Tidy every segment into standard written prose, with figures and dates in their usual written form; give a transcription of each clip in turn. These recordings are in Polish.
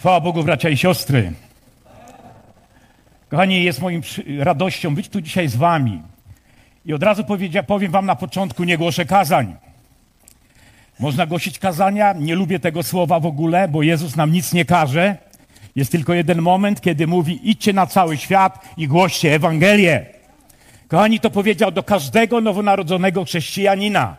Chwała Bogu, bracia i siostry. Kochani, jest moją radością być tu dzisiaj z wami. I od razu powiem wam na początku, nie głoszę kazań. Można głosić kazania, nie lubię tego słowa w ogóle, bo Jezus nam nic nie każe. Jest tylko jeden moment, kiedy mówi, idźcie na cały świat i głoście Ewangelię. Kochani, to powiedział do każdego nowonarodzonego chrześcijanina.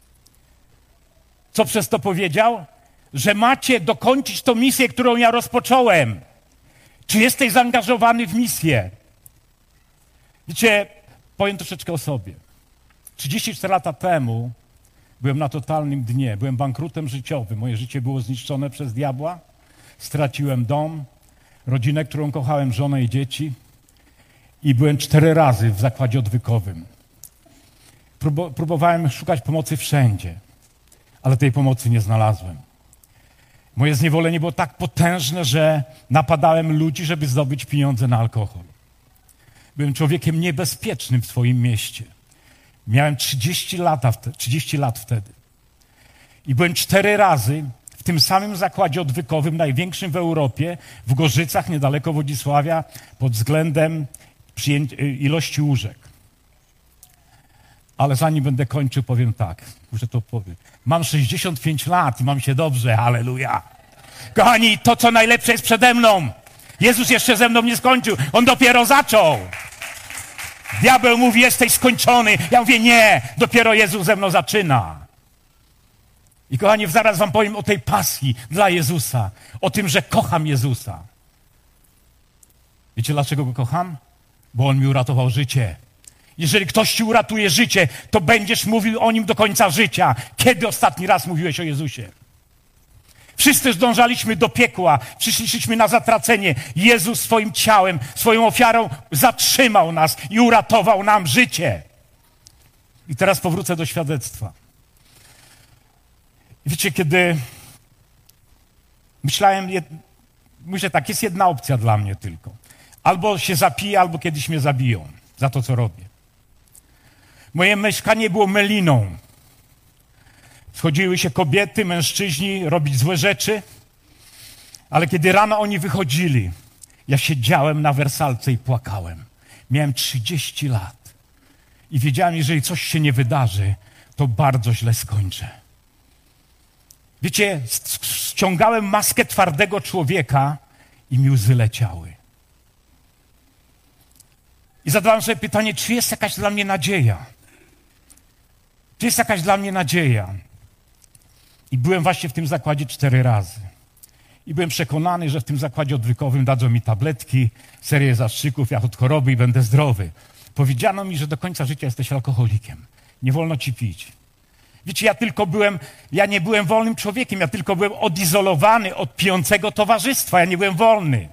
Co przez to powiedział? Że macie dokończyć tą misję, którą ja rozpocząłem. Czy jesteś zaangażowany w misję? Wiecie, powiem troszeczkę o sobie. 34 lata temu byłem na totalnym dnie. Byłem bankrutem życiowym. Moje życie było zniszczone przez diabła. Straciłem dom, rodzinę, którą kochałem, żonę i dzieci. I byłem 4 razy w zakładzie odwykowym. Próbowałem szukać pomocy wszędzie, ale tej pomocy nie znalazłem. Moje zniewolenie było tak potężne, że napadałem ludzi, żeby zdobyć pieniądze na alkohol. Byłem człowiekiem niebezpiecznym w swoim mieście. Miałem 30 lat wtedy. I byłem 4 razy w tym samym zakładzie odwykowym, największym w Europie, w Gorzycach, niedaleko Wodzisławia, pod względem ilości łóżek. Ale zanim będę kończył, powiem tak. Muszę to powiedzieć. Mam 65 lat i mam się dobrze, halleluja. Kochani, to co najlepsze jest przede mną. Jezus jeszcze ze mną nie skończył. On dopiero zaczął. Diabeł mówi, jesteś skończony. Ja mówię, nie, dopiero Jezus ze mną zaczyna. I kochani, zaraz wam powiem o tej pasji dla Jezusa. O tym, że kocham Jezusa. Wiecie, dlaczego go kocham? Bo On mi uratował życie. Jeżeli ktoś ci uratuje życie, to będziesz mówił o Nim do końca życia. Kiedy ostatni raz mówiłeś o Jezusie? Wszyscy zdążaliśmy do piekła, przyszliśmy na zatracenie. Jezus swoim ciałem, swoją ofiarą zatrzymał nas i uratował nam życie. I teraz powrócę do świadectwa. Wiecie, kiedy myślę tak, jest jedna opcja dla mnie tylko. Albo się zapiję, albo kiedyś mnie zabiją za to, co robię. Moje mieszkanie było meliną. Schodziły się kobiety, mężczyźni robić złe rzeczy, ale kiedy rano oni wychodzili, ja siedziałem na wersalce i płakałem. Miałem 30 lat i wiedziałem, jeżeli coś się nie wydarzy, to bardzo źle skończę. Wiecie, ściągałem maskę twardego człowieka i mi łzy leciały. I zadawałem sobie pytanie, czy jest jakaś dla mnie nadzieja? Czy jest jakaś dla mnie nadzieja? I byłem właśnie w tym zakładzie 4 razy. I byłem przekonany, że w tym zakładzie odwykowym dadzą mi tabletki, serię zastrzyków, ja od choroby i będę zdrowy. Powiedziano mi, że do końca życia jesteś alkoholikiem. Nie wolno ci pić. Wiecie, ja nie byłem wolnym człowiekiem, ja tylko byłem odizolowany od pijącego towarzystwa, ja nie byłem wolny.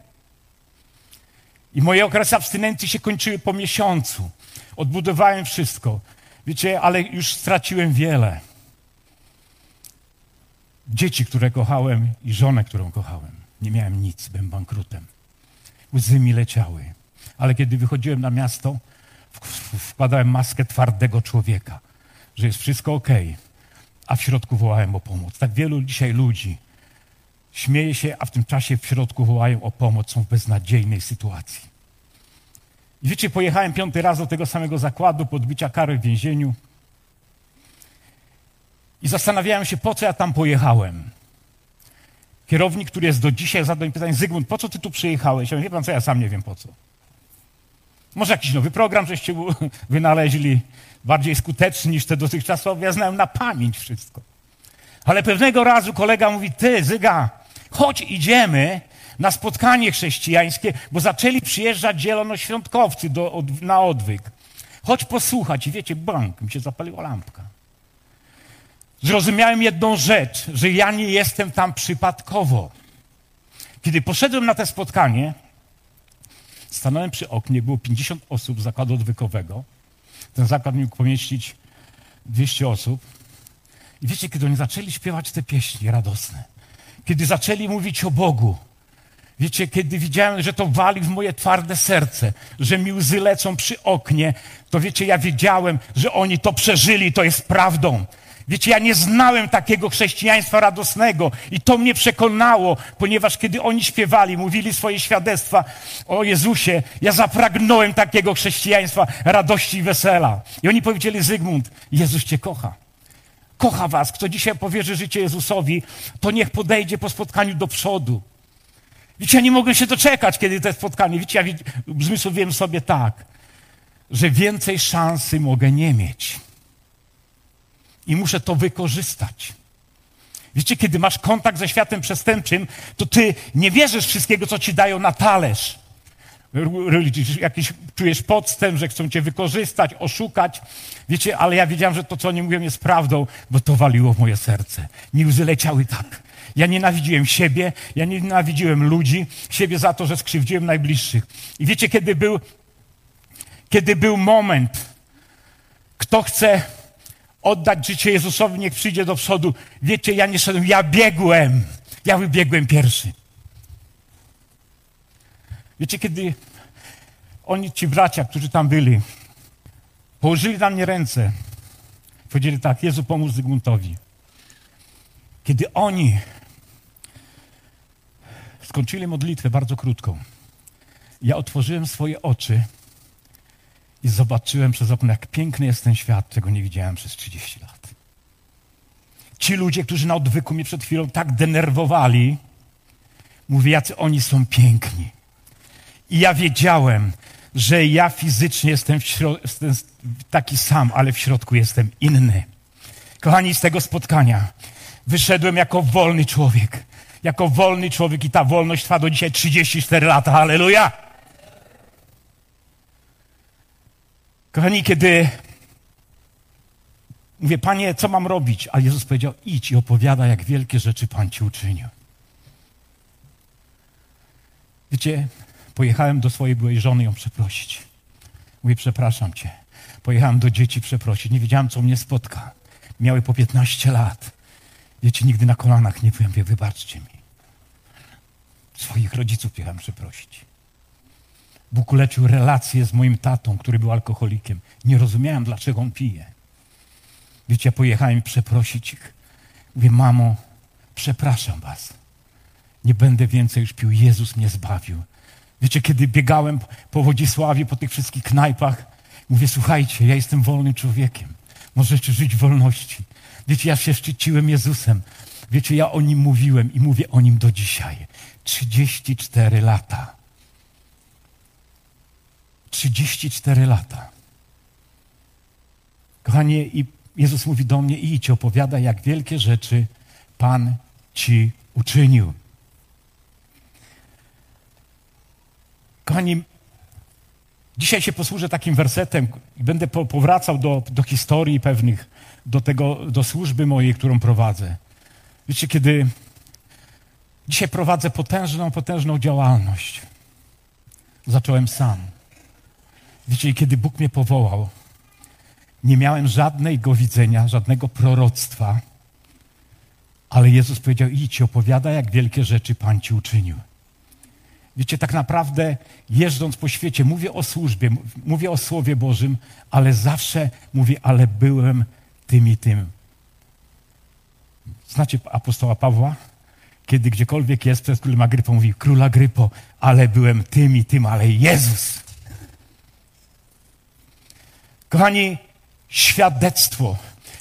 I moje okresy abstynencji się kończyły po miesiącu. Odbudowałem wszystko. Wiecie, ale już straciłem wiele. Dzieci, które kochałem i żonę, którą kochałem. Nie miałem nic, byłem bankrutem. Łzy mi leciały. Ale kiedy wychodziłem na miasto, wkładałem maskę twardego człowieka, że jest wszystko okej, a w środku wołałem o pomoc. Tak wielu dzisiaj ludzi śmieje się, a w tym czasie w środku wołają o pomoc, są w beznadziejnej sytuacji. I wiecie, pojechałem 5. raz do tego samego zakładu po odbycia kary w więzieniu i zastanawiałem się, po co ja tam pojechałem. Kierownik, który jest do dzisiaj, zadał mi pytanie, Zygmunt, po co ty tu przyjechałeś? Ja mówię, wie pan co, ja sam nie wiem po co. Może jakiś nowy program, żeście wynaleźli, bardziej skuteczny niż te dotychczasowe. Ja znałem na pamięć wszystko. Ale pewnego razu kolega mówi, ty, Zyga, chodź idziemy na spotkanie chrześcijańskie, bo zaczęli przyjeżdżać zielonoświątkowcy na odwyk. Chodź posłuchać. I wiecie, bank, mi się zapaliła lampka. Zrozumiałem jedną rzecz, że ja nie jestem tam przypadkowo. Kiedy poszedłem na to spotkanie, stanąłem przy oknie, było 50 osób z zakładu odwykowego. Ten zakład mógł pomieścić 200 osób. I wiecie, kiedy oni zaczęli śpiewać te pieśni radosne, kiedy zaczęli mówić o Bogu, wiecie, kiedy widziałem, że to wali w moje twarde serce, że mi łzy lecą przy oknie, to wiecie, ja wiedziałem, że oni to przeżyli, to jest prawdą. Wiecie, ja nie znałem takiego chrześcijaństwa radosnego i to mnie przekonało, ponieważ kiedy oni śpiewali, mówili swoje świadectwa o Jezusie, ja zapragnąłem takiego chrześcijaństwa, radości i wesela. I oni powiedzieli: Zygmunt, Jezus cię kocha. Kocha was. Kto dzisiaj powierzy życie Jezusowi, to niech podejdzie po spotkaniu do przodu. Wiecie, ja nie mogę się doczekać, kiedy to spotkanie. Wiecie, ja zmysłowiłem sobie tak, że więcej szansy mogę nie mieć. I muszę to wykorzystać. Wiecie, kiedy masz kontakt ze światem przestępczym, to ty nie wierzysz wszystkiego, co ci dają na talerz. Jakiś czujesz podstęp, że chcą cię wykorzystać, oszukać. Wiecie, ale ja wiedziałem, że to, co oni mówią, jest prawdą, bo to waliło w moje serce. Mi łzy leciały tak. Ja nienawidziłem siebie, ja nienawidziłem ludzi, siebie za to, że skrzywdziłem najbliższych. I wiecie, kiedy był moment, kto chce oddać życie Jezusowi, niech przyjdzie do przodu. Wiecie, ja nie szedłem, ja wybiegłem pierwszy. Wiecie, kiedy oni, ci bracia, którzy tam byli, położyli na mnie ręce, powiedzieli tak: Jezu, pomóż Zygmuntowi. Kiedy oni skończyli modlitwę bardzo krótką, ja otworzyłem swoje oczy i zobaczyłem przez okno, jak piękny jest ten świat, czego nie widziałem przez 30 lat. Ci ludzie, którzy na odwyku mnie przed chwilą tak denerwowali, mówię, jacy oni są piękni. I ja wiedziałem, że ja fizycznie jestem taki sam, ale w środku jestem inny. Kochani, z tego spotkania wyszedłem jako wolny człowiek. Jako wolny człowiek i ta wolność trwa do dzisiaj 34 lata. Halleluja! Kochani, kiedy mówię: Panie, co mam robić? A Jezus powiedział: idź i opowiadaj, jak wielkie rzeczy Pan ci uczynił. Wiecie, pojechałem do swojej byłej żony ją przeprosić. Mówię: przepraszam cię. Pojechałem do dzieci przeprosić. Nie wiedziałem, co mnie spotka. Miały po 15 lat. Wiecie, nigdy na kolanach nie byłem. Mówię: wybaczcie mi. Swoich rodziców pojechałem przeprosić. Bóg uleczył relacje z moim tatą, który był alkoholikiem. Nie rozumiałem, dlaczego on pije. Wiecie, ja pojechałem przeprosić ich. Mówię: mamo, przepraszam was. Nie będę więcej już pił. Jezus mnie zbawił. Wiecie, kiedy biegałem po Wodzisławie, po tych wszystkich knajpach, mówię: słuchajcie, ja jestem wolnym człowiekiem. Możecie żyć w wolności. Wiecie, ja się szczyciłem Jezusem. Wiecie, ja o Nim mówiłem i mówię o Nim do dzisiaj. 34 lata. 34 lata. Kochanie, i Jezus mówi do mnie: idź, opowiadaj, jak wielkie rzeczy Pan ci uczynił. Kochani, dzisiaj się posłużę takim wersetem i będę powracał do historii pewnych, do służby mojej, którą prowadzę. Wiecie, kiedy dzisiaj prowadzę potężną działalność. Zacząłem sam. Wiecie, kiedy Bóg mnie powołał, nie miałem żadnego widzenia, żadnego proroctwa, ale Jezus powiedział: idź, opowiadaj, jak wielkie rzeczy Pan ci uczynił. Wiecie, tak naprawdę jeżdżąc po świecie, mówię o służbie, mówię o Słowie Bożym, ale zawsze mówię: ale byłem tym i tym. Znacie apostoła Pawła? Kiedy gdziekolwiek jest, przez królem Agrypą mówi: król Agrypo, ale byłem tym i tym, ale Jezus. Kochani, świadectwo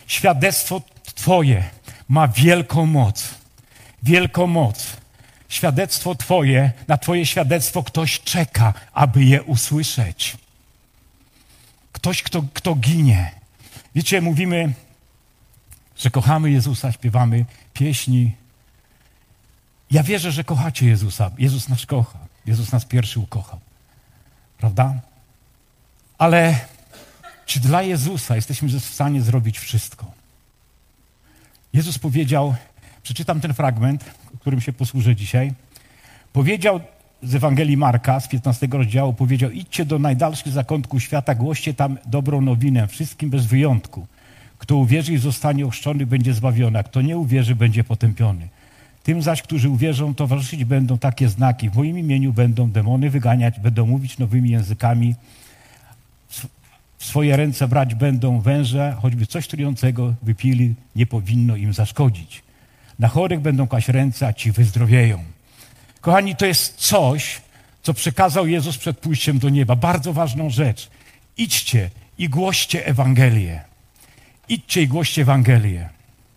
Twoje ma wielką moc. Wielką moc. Świadectwo Twoje, na Twoje świadectwo ktoś czeka, aby je usłyszeć. Ktoś, kto ginie. Wiecie, mówimy, że kochamy Jezusa, śpiewamy pieśni. Ja wierzę, że kochacie Jezusa. Jezus nas kocha. Jezus nas pierwszy ukochał. Prawda? Ale czy dla Jezusa jesteśmy w stanie zrobić wszystko? Jezus powiedział, przeczytam ten fragment, którym się posłużę dzisiaj. Powiedział z Ewangelii Marka, z 15 rozdziału, powiedział: idźcie do najdalszych zakątków świata, głoście tam dobrą nowinę, wszystkim bez wyjątku. Kto uwierzy i zostanie ochrzczony, będzie zbawiony, a kto nie uwierzy, będzie potępiony. Tym zaś, którzy uwierzą, towarzyszyć będą takie znaki. W moim imieniu będą demony wyganiać, będą mówić nowymi językami. w swoje ręce brać będą węże, choćby coś trującego wypili, nie powinno im zaszkodzić. Na chorych będą kłaść ręce, a ci wyzdrowieją. Kochani, to jest coś, co przekazał Jezus przed pójściem do nieba. Bardzo ważną rzecz. Idźcie i głoście Ewangelię. Idźcie i głoście Ewangelię.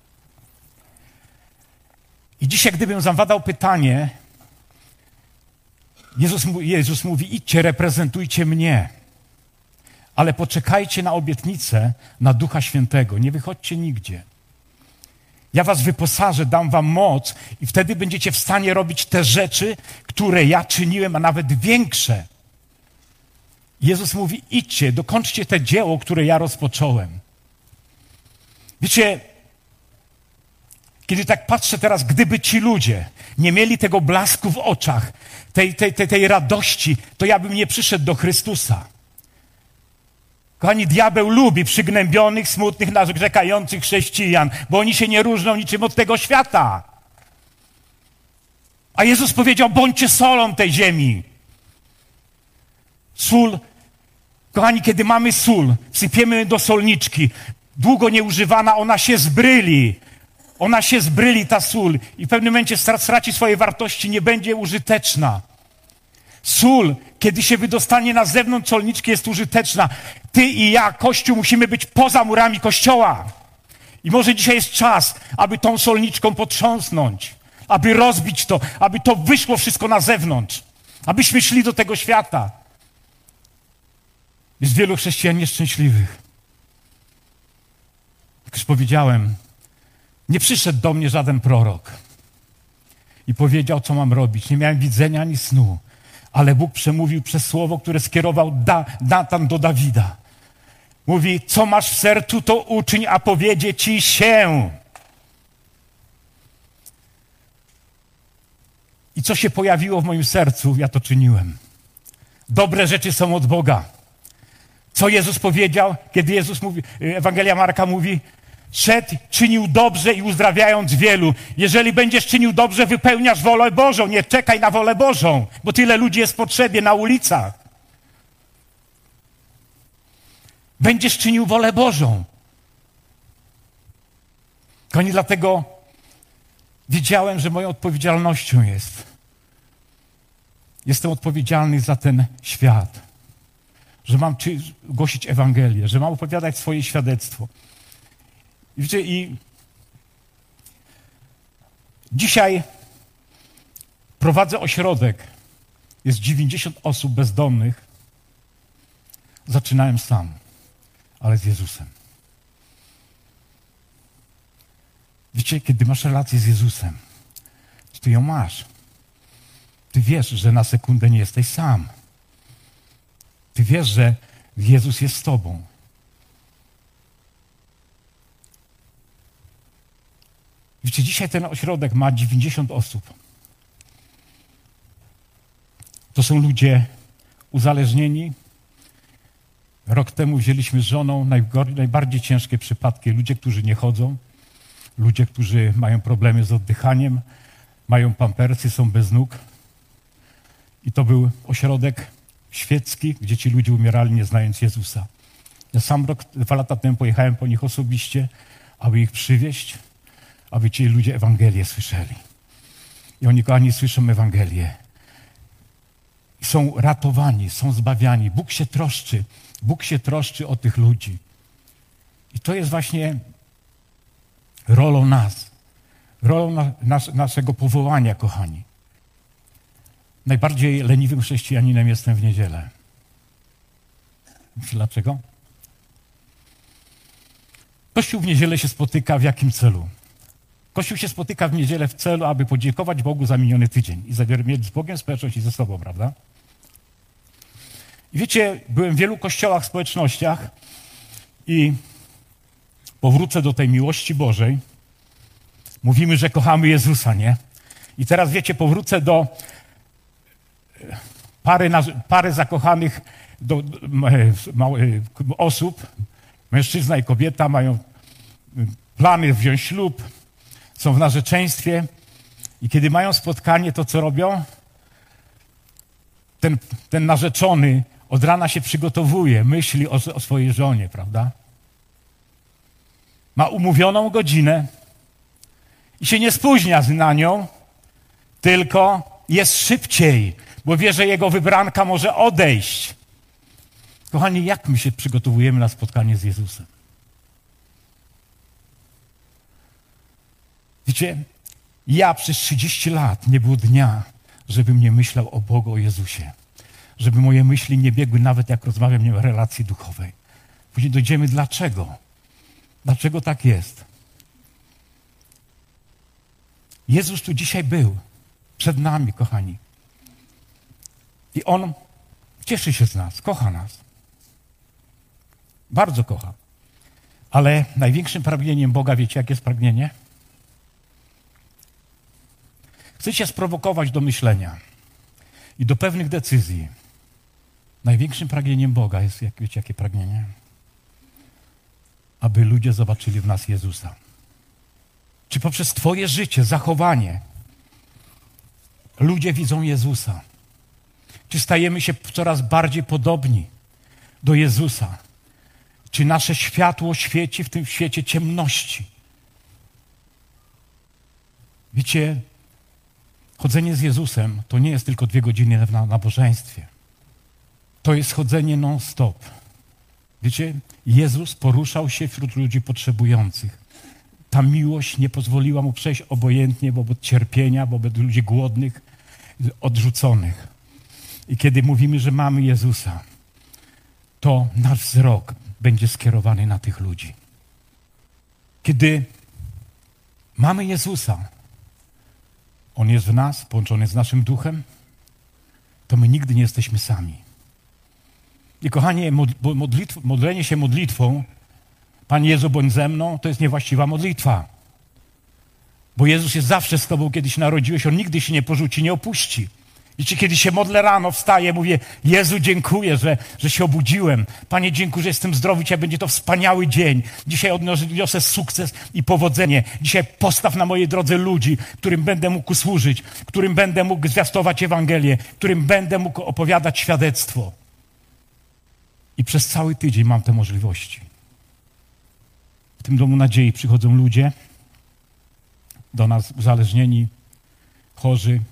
I dzisiaj, gdybym wam zadał pytanie, Jezus mówi, idźcie, reprezentujcie mnie, ale poczekajcie na obietnicę, na Ducha Świętego. Nie wychodźcie nigdzie. Ja was wyposażę, dam wam moc i wtedy będziecie w stanie robić te rzeczy, które ja czyniłem, a nawet większe. Jezus mówi, idźcie, dokończcie te dzieło, które ja rozpocząłem. Wiecie, kiedy tak patrzę teraz, gdyby ci ludzie nie mieli tego blasku w oczach, tej radości, to ja bym nie przyszedł do Chrystusa. Kochani, diabeł lubi przygnębionych, smutnych, narzekających chrześcijan, bo oni się nie różnią niczym od tego świata. A Jezus powiedział, bądźcie solą tej ziemi. Sól, kochani, kiedy mamy sól, wsypiemy do solniczki, długo nieużywana, ona się zbryli. Ona się zbryli, ta sól, i w pewnym momencie straci swoje wartości, nie będzie użyteczna. Sól, kiedy się wydostanie na zewnątrz solniczki, jest użyteczna. Ty i ja, Kościół, musimy być poza murami Kościoła. I może dzisiaj jest czas, aby tą solniczką potrząsnąć, aby rozbić to, aby to wyszło wszystko na zewnątrz, abyśmy szli do tego świata. Jest wielu chrześcijan nieszczęśliwych. Jak już powiedziałem, nie przyszedł do mnie żaden prorok i powiedział, co mam robić. Nie miałem widzenia ani snu, ale Bóg przemówił przez słowo, które skierował Natan do Dawida. Mówi, co masz w sercu, to uczyń, a powiedzie ci się. I co się pojawiło w moim sercu, ja to czyniłem. Dobre rzeczy są od Boga. Co Jezus powiedział, kiedy Jezus mówi, Ewangelia Marka mówi, szedł, czynił dobrze i uzdrawiając wielu. Jeżeli będziesz czynił dobrze, wypełniasz wolę Bożą. Nie czekaj na wolę Bożą, bo tyle ludzi jest w potrzebie na ulicach. Będziesz czynił wolę Bożą. Kochani, dlatego wiedziałem, że moją odpowiedzialnością jestem odpowiedzialny za ten świat. Że mam głosić Ewangelię, że mam opowiadać swoje świadectwo. Wiecie, i dzisiaj prowadzę ośrodek. Jest 90 osób bezdomnych. Zaczynałem sam, ale z Jezusem. Wiecie, kiedy masz relację z Jezusem, to ty ją masz. Ty wiesz, że na sekundę nie jesteś sam. Ty wiesz, że Jezus jest z tobą. Wiecie, dzisiaj ten ośrodek ma 90 osób. To są ludzie uzależnieni. Rok temu wzięliśmy z żoną najbardziej ciężkie przypadki. Ludzie, którzy nie chodzą, ludzie, którzy mają problemy z oddychaniem, mają pampersy, są bez nóg. I to był ośrodek świecki, gdzie ci ludzie umierali, nie znając Jezusa. Ja sam 2 lata temu pojechałem po nich osobiście, aby ich przywieźć, aby ci ludzie Ewangelię słyszeli. I oni, kochani, słyszą Ewangelię. I są ratowani, są zbawiani. Bóg się troszczy. Bóg się troszczy o tych ludzi. I to jest właśnie rolą naszego powołania, kochani. Najbardziej leniwym chrześcijaninem jestem w niedzielę. Wiecie dlaczego? Kościół w niedzielę się spotyka w jakim celu? Kościół się spotyka w niedzielę w celu, aby podziękować Bogu za miniony tydzień i mieć z Bogiem społeczność i ze sobą, prawda? I wiecie, byłem w wielu kościołach, społecznościach i powrócę do tej miłości Bożej. Mówimy, że kochamy Jezusa, nie? I teraz, wiecie, powrócę do pary zakochanych osób, mężczyzna i kobieta mają plany wziąć ślub, są w narzeczeństwie i kiedy mają spotkanie, to co robią? Ten narzeczony Od rana się przygotowuje, myśli o swojej żonie, prawda? Ma umówioną godzinę i się nie spóźnia na nią, tylko jest szybciej, bo wie, że jego wybranka może odejść. Kochani, jak my się przygotowujemy na spotkanie z Jezusem? Wiecie, ja przez 30 lat nie było dnia, żebym nie myślał o Bogu, o Jezusie. Żeby moje myśli nie biegły nawet jak rozmawiam nie o relacji duchowej. Później dojdziemy dlaczego. Dlaczego tak jest? Jezus tu dzisiaj był. Przed nami, kochani. I On cieszy się z nas, kocha nas. Bardzo kocha. Ale największym pragnieniem Boga, wiecie, jakie jest pragnienie? Chce cię sprowokować do myślenia i do pewnych decyzji. Największym pragnieniem Boga jest, wiecie, jakie pragnienie? Aby ludzie zobaczyli w nas Jezusa. Czy poprzez twoje życie, zachowanie ludzie widzą Jezusa? Czy stajemy się coraz bardziej podobni do Jezusa? Czy nasze światło świeci w tym świecie ciemności? Wiecie, chodzenie z Jezusem to nie jest tylko 2 godziny na nabożeństwie. To jest chodzenie non-stop. Wiecie, Jezus poruszał się wśród ludzi potrzebujących. Ta miłość nie pozwoliła mu przejść obojętnie wobec cierpienia, wobec ludzi głodnych, odrzuconych. I kiedy mówimy, że mamy Jezusa, to nasz wzrok będzie skierowany na tych ludzi. Kiedy mamy Jezusa, On jest w nas, połączony z naszym duchem, to my nigdy nie jesteśmy sami. I kochanie, modlenie się modlitwą, Panie Jezu, bądź ze mną, to jest niewłaściwa modlitwa. Bo Jezus jest zawsze z tobą, kiedy się narodziłeś, On nigdy się nie porzuci, nie opuści. Wiecie, kiedy się modlę rano, wstaję, mówię, Jezu, dziękuję, że się obudziłem. Panie, dziękuję, że jestem zdrowy, dzisiaj będzie to wspaniały dzień. Dzisiaj odniosę sukces i powodzenie. Dzisiaj postaw na mojej drodze ludzi, którym będę mógł służyć, którym będę mógł zwiastować Ewangelię, którym będę mógł opowiadać świadectwo. I przez cały tydzień mam te możliwości. W tym domu nadziei przychodzą ludzie do nas uzależnieni, chorzy,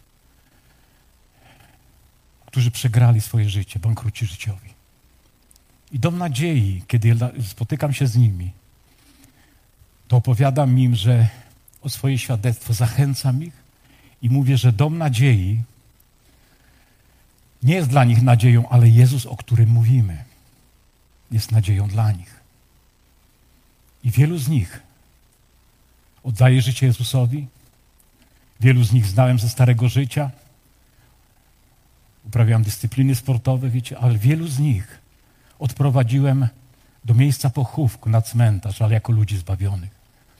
którzy przegrali swoje życie, bankruci życiowi. I dom nadziei, kiedy spotykam się z nimi, to opowiadam im, że o swoje świadectwo, zachęcam ich i mówię, że dom nadziei nie jest dla nich nadzieją, ale Jezus, o którym mówimy, jest nadzieją dla nich. I wielu z nich oddaje życie Jezusowi. Wielu z nich znałem ze starego życia. Uprawiałem dyscypliny sportowe, wiecie, ale wielu z nich odprowadziłem do miejsca pochówku na cmentarz, ale jako ludzi zbawionych.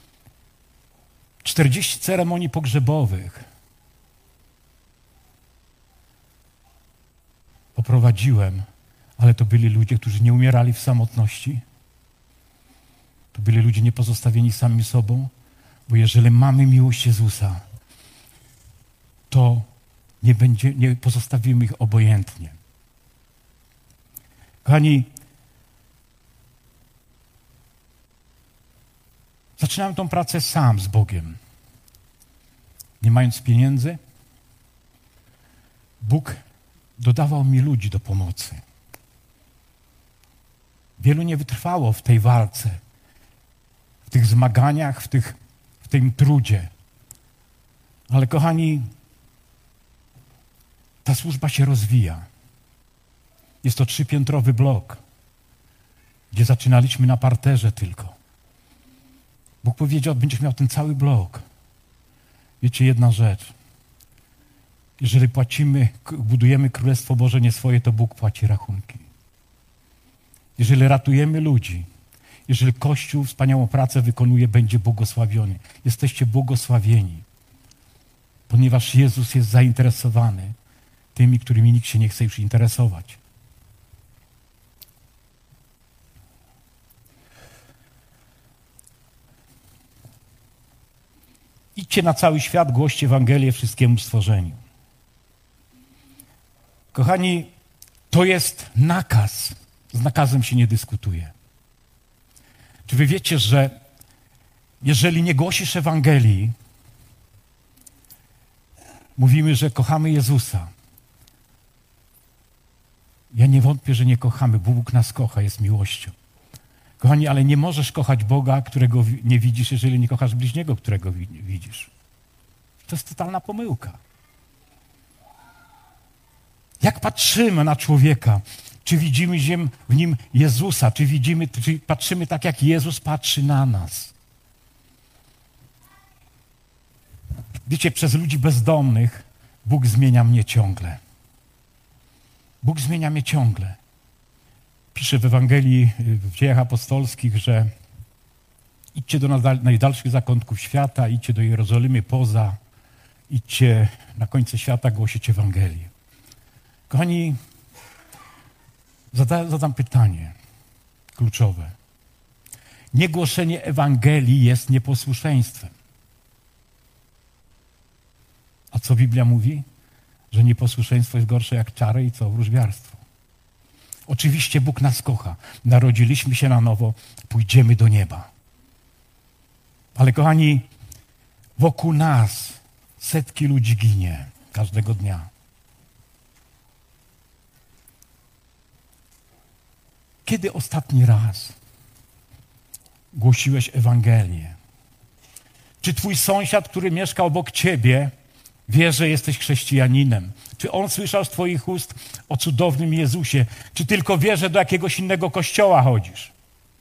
40 ceremonii pogrzebowych poprowadziłem, ale to byli ludzie, którzy nie umierali w samotności. To byli ludzie niepozostawieni sami sobą, bo jeżeli mamy miłość Jezusa, to nie pozostawimy ich obojętnie. Kochani, zaczynałem tą pracę sam z Bogiem. Nie mając pieniędzy, Bóg dodawał mi ludzi do pomocy. Wielu nie wytrwało w tej walce, w tych zmaganiach, w tym trudzie. Ale kochani, ta służba się rozwija. Jest to 3-piętrowy blok, gdzie zaczynaliśmy na parterze tylko. Bóg powiedział, będziesz miał ten cały blok. Wiecie, jedna rzecz. Jeżeli budujemy Królestwo Boże nie swoje, to Bóg płaci rachunki. Jeżeli ratujemy ludzi, jeżeli Kościół wspaniałą pracę wykonuje, będzie błogosławiony. Jesteście błogosławieni, ponieważ Jezus jest zainteresowany tymi, którymi nikt się nie chce już interesować. Idźcie na cały świat, głoście Ewangelię wszystkiemu stworzeniu. Kochani, To jest nakaz. Z nakazem się nie dyskutuje. Czy wy wiecie, że jeżeli nie głosisz Ewangelii, mówimy, że kochamy Jezusa. Ja nie wątpię, że nie kochamy, bo Bóg nas kocha, jest miłością. Kochani, ale nie możesz kochać Boga, którego nie widzisz, jeżeli nie kochasz bliźniego, którego widzisz. To jest totalna pomyłka. Jak patrzymy na człowieka, czy widzimy w nim Jezusa, czy patrzymy tak, jak Jezus patrzy na nas. Wiecie, przez ludzi bezdomnych Bóg zmienia mnie ciągle. Bóg zmienia mnie ciągle. Pisze w Ewangelii, w Dziejach Apostolskich, że idźcie do najdalszych zakątków świata, idźcie do Jerozolimy poza, idźcie na końce świata, głosić Ewangelię. Kochani, zadam pytanie kluczowe. Niegłoszenie Ewangelii jest nieposłuszeństwem. A co Biblia mówi? Że nieposłuszeństwo jest gorsze jak czary i co? Wróżbiarstwo. Oczywiście Bóg nas kocha. Narodziliśmy się na nowo, pójdziemy do nieba. Ale kochani, wokół nas setki ludzi ginie każdego dnia. Kiedy ostatni raz głosiłeś Ewangelię? Czy twój sąsiad, który mieszka obok ciebie, wie, że jesteś chrześcijaninem? Czy on słyszał z twoich ust o cudownym Jezusie? Czy tylko wie, że do jakiegoś innego kościoła chodzisz?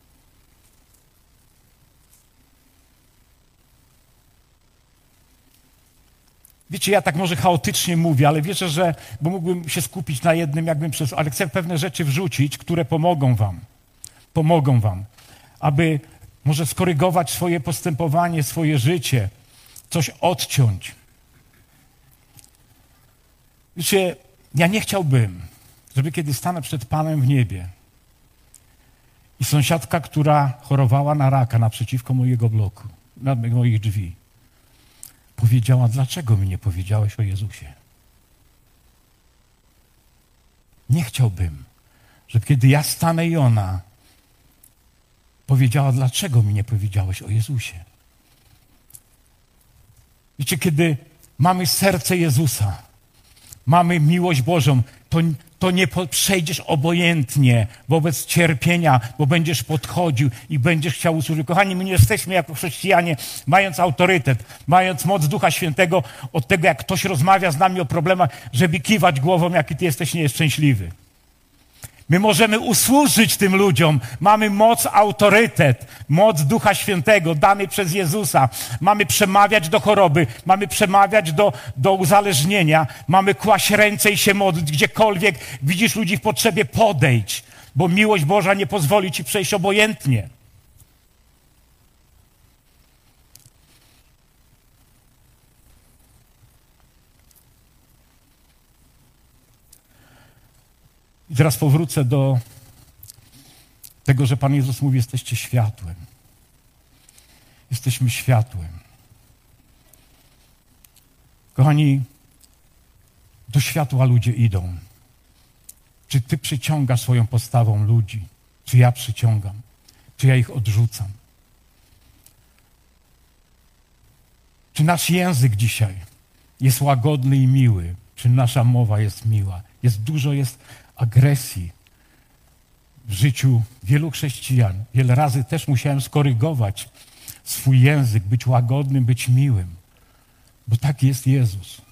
Wiecie, ja tak może chaotycznie mówię, ale wierzę, że, bo mógłbym się skupić na jednym, ale chcę pewne rzeczy wrzucić, które pomogą wam, aby może skorygować swoje postępowanie, swoje życie, coś odciąć. Wiecie, ja nie chciałbym, żeby kiedy stanę przed Panem w niebie i sąsiadka, która chorowała na raka naprzeciwko mojego bloku, moich drzwi, powiedziała, dlaczego mi nie powiedziałeś o Jezusie? Nie chciałbym, żeby kiedy ja stanę i ona powiedziała, dlaczego mi nie powiedziałeś o Jezusie? Wiecie, kiedy mamy serce Jezusa, mamy miłość Bożą, to nie przejdziesz obojętnie wobec cierpienia, bo będziesz podchodził i będziesz chciał usłużyć. Kochani, my nie jesteśmy jako chrześcijanie, mając autorytet, mając moc Ducha Świętego, od tego, jak ktoś rozmawia z nami o problemach, żeby kiwać głową, jaki ty jesteś nieszczęśliwy. My możemy usłużyć tym ludziom. Mamy moc, autorytet, moc Ducha Świętego dany przez Jezusa. Mamy przemawiać do choroby, mamy przemawiać do uzależnienia, mamy kłaść ręce i się modlić. Gdziekolwiek widzisz ludzi w potrzebie, podejdź, bo miłość Boża nie pozwoli ci przejść obojętnie. I teraz powrócę do tego, że Pan Jezus mówi, jesteście światłem. Jesteśmy światłem. Kochani, do światła ludzie idą. Czy ty przyciągasz swoją postawą ludzi? Czy ja przyciągam? Czy ja ich odrzucam? Czy nasz język dzisiaj jest łagodny i miły? Czy nasza mowa jest miła? Dużo jest agresji w życiu wielu chrześcijan. Wiele razy też musiałem skorygować swój język, być łagodnym, być miłym, bo tak jest Jezus.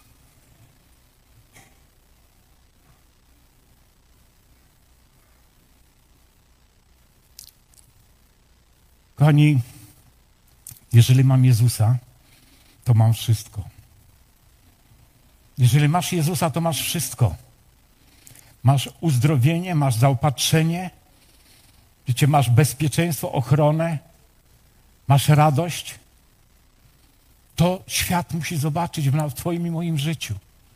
Kochani, jeżeli mam Jezusa, to mam wszystko. Jeżeli masz Jezusa, to masz wszystko. Masz uzdrowienie, masz zaopatrzenie, wiecie, masz bezpieczeństwo, ochronę, masz radość. To świat musi zobaczyć w twoim i moim życiu.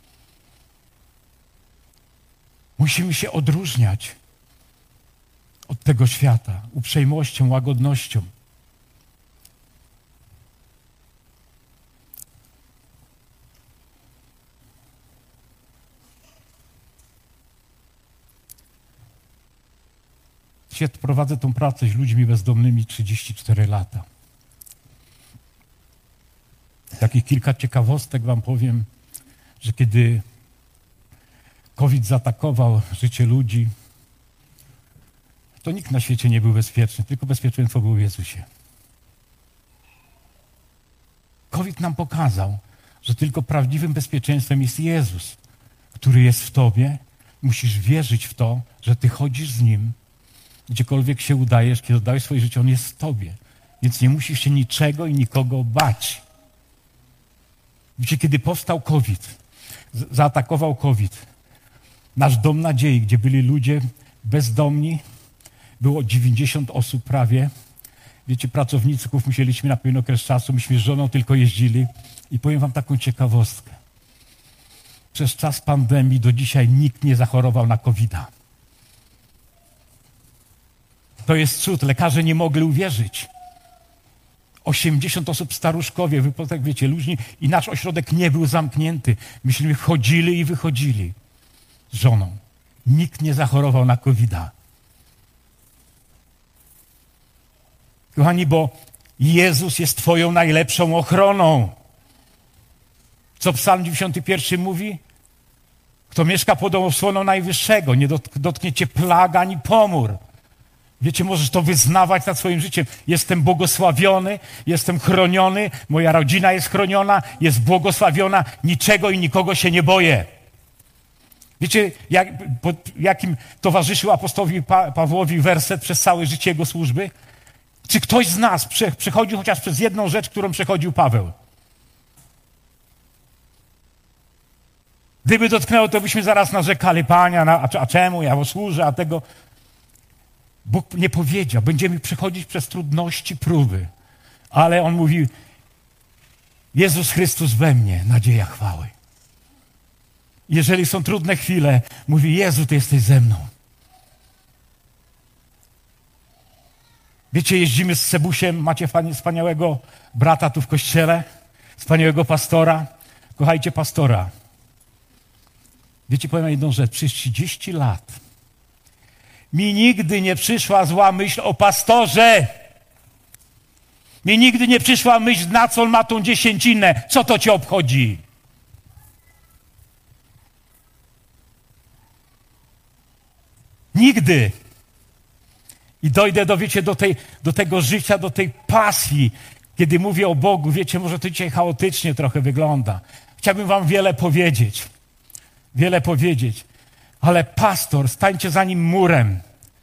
Musimy się odróżniać od tego świata uprzejmością, łagodnością. Prowadzę tą pracę z ludźmi bezdomnymi 34 lata. Takich kilka ciekawostek wam powiem, że kiedy COVID zaatakował życie ludzi, to nikt na świecie nie był bezpieczny, tylko bezpieczeństwo było w Jezusie. COVID nam pokazał, że tylko prawdziwym bezpieczeństwem jest Jezus, który jest w tobie. Musisz wierzyć w to, że ty chodzisz z Nim, gdziekolwiek się udajesz, kiedy oddajesz swoje życie, On jest w tobie. Więc nie musisz się niczego i nikogo bać. Wiecie, kiedy powstał COVID, zaatakował COVID, nasz Dom Nadziei, gdzie byli ludzie bezdomni, było 90 osób prawie. Wiecie, pracowników musieliśmy na pewien okres czasu, myśmy z żoną tylko jeździli. I powiem wam taką ciekawostkę. Przez czas pandemii do dzisiaj nikt nie zachorował na COVID-a. To jest cud. Lekarze nie mogli uwierzyć. 80 osób w Staruszkowie, wy tak wiecie, ludzi, i nasz ośrodek nie był zamknięty. Myśmy wchodzili i wychodzili z żoną. Nikt nie zachorował na COVID-a. Kochani, bo Jezus jest twoją najlepszą ochroną. Co Psalm 91 mówi? Kto mieszka pod osłoną Najwyższego, nie dotknie cię plaga ani pomór. Wiecie, możesz to wyznawać nad swoim życiem. Jestem błogosławiony, jestem chroniony, moja rodzina jest chroniona, jest błogosławiona, niczego i nikogo się nie boję. Wiecie, jakim towarzyszył apostołowi Pawłowi werset przez całe życie jego służby? Czy ktoś z nas przechodził chociaż przez jedną rzecz, którą przechodził Paweł? Gdyby dotknęło, to byśmy zaraz narzekali, Panie, a czemu? Ja służę, a tego... Bóg nie powiedział, będziemy przechodzić przez trudności, próby. Ale On mówi, Jezus Chrystus we mnie, nadzieja chwały. Jeżeli są trudne chwile, mówi, Jezu, Ty jesteś ze mną. Wiecie, jeździmy z Sebusiem, macie wspaniałego brata tu w kościele, wspaniałego pastora. Kochajcie pastora. Wiecie, powiem jedną rzecz, przez 30 lat mi nigdy nie przyszła zła myśl o pastorze. Mi nigdy nie przyszła myśl, na co on ma tą dziesięcinę. Co to cię obchodzi? Nigdy. I dojdę do tego życia, do tej pasji. Kiedy mówię o Bogu, wiecie, może to dzisiaj chaotycznie trochę wygląda. Chciałbym wam wiele powiedzieć. Ale pastor, stańcie za nim murem.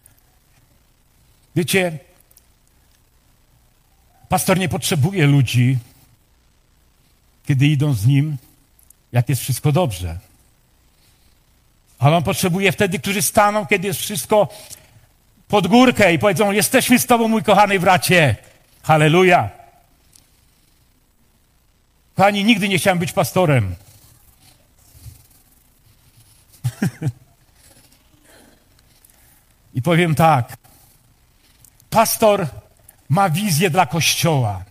Wiecie, pastor nie potrzebuje ludzi, kiedy idą z nim, jak jest wszystko dobrze. Ale on potrzebuje wtedy, którzy staną, kiedy jest wszystko pod górkę i powiedzą, jesteśmy z tobą, mój kochany bracie. Halleluja. Kochani, nigdy nie chciałem być pastorem. I powiem tak, pastor ma wizję dla Kościoła,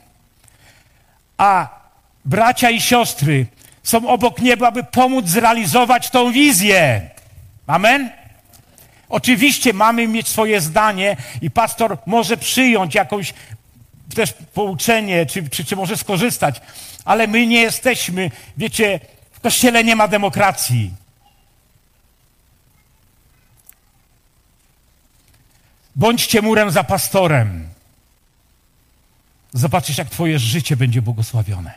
a bracia i siostry są obok niego, aby pomóc zrealizować tą wizję. Amen? Oczywiście mamy mieć swoje zdanie i pastor może przyjąć jakąś też pouczenie, czy może skorzystać, ale my nie jesteśmy, wiecie, w Kościele nie ma demokracji. Bądźcie murem za pastorem. Zobaczysz, jak twoje życie będzie błogosławione.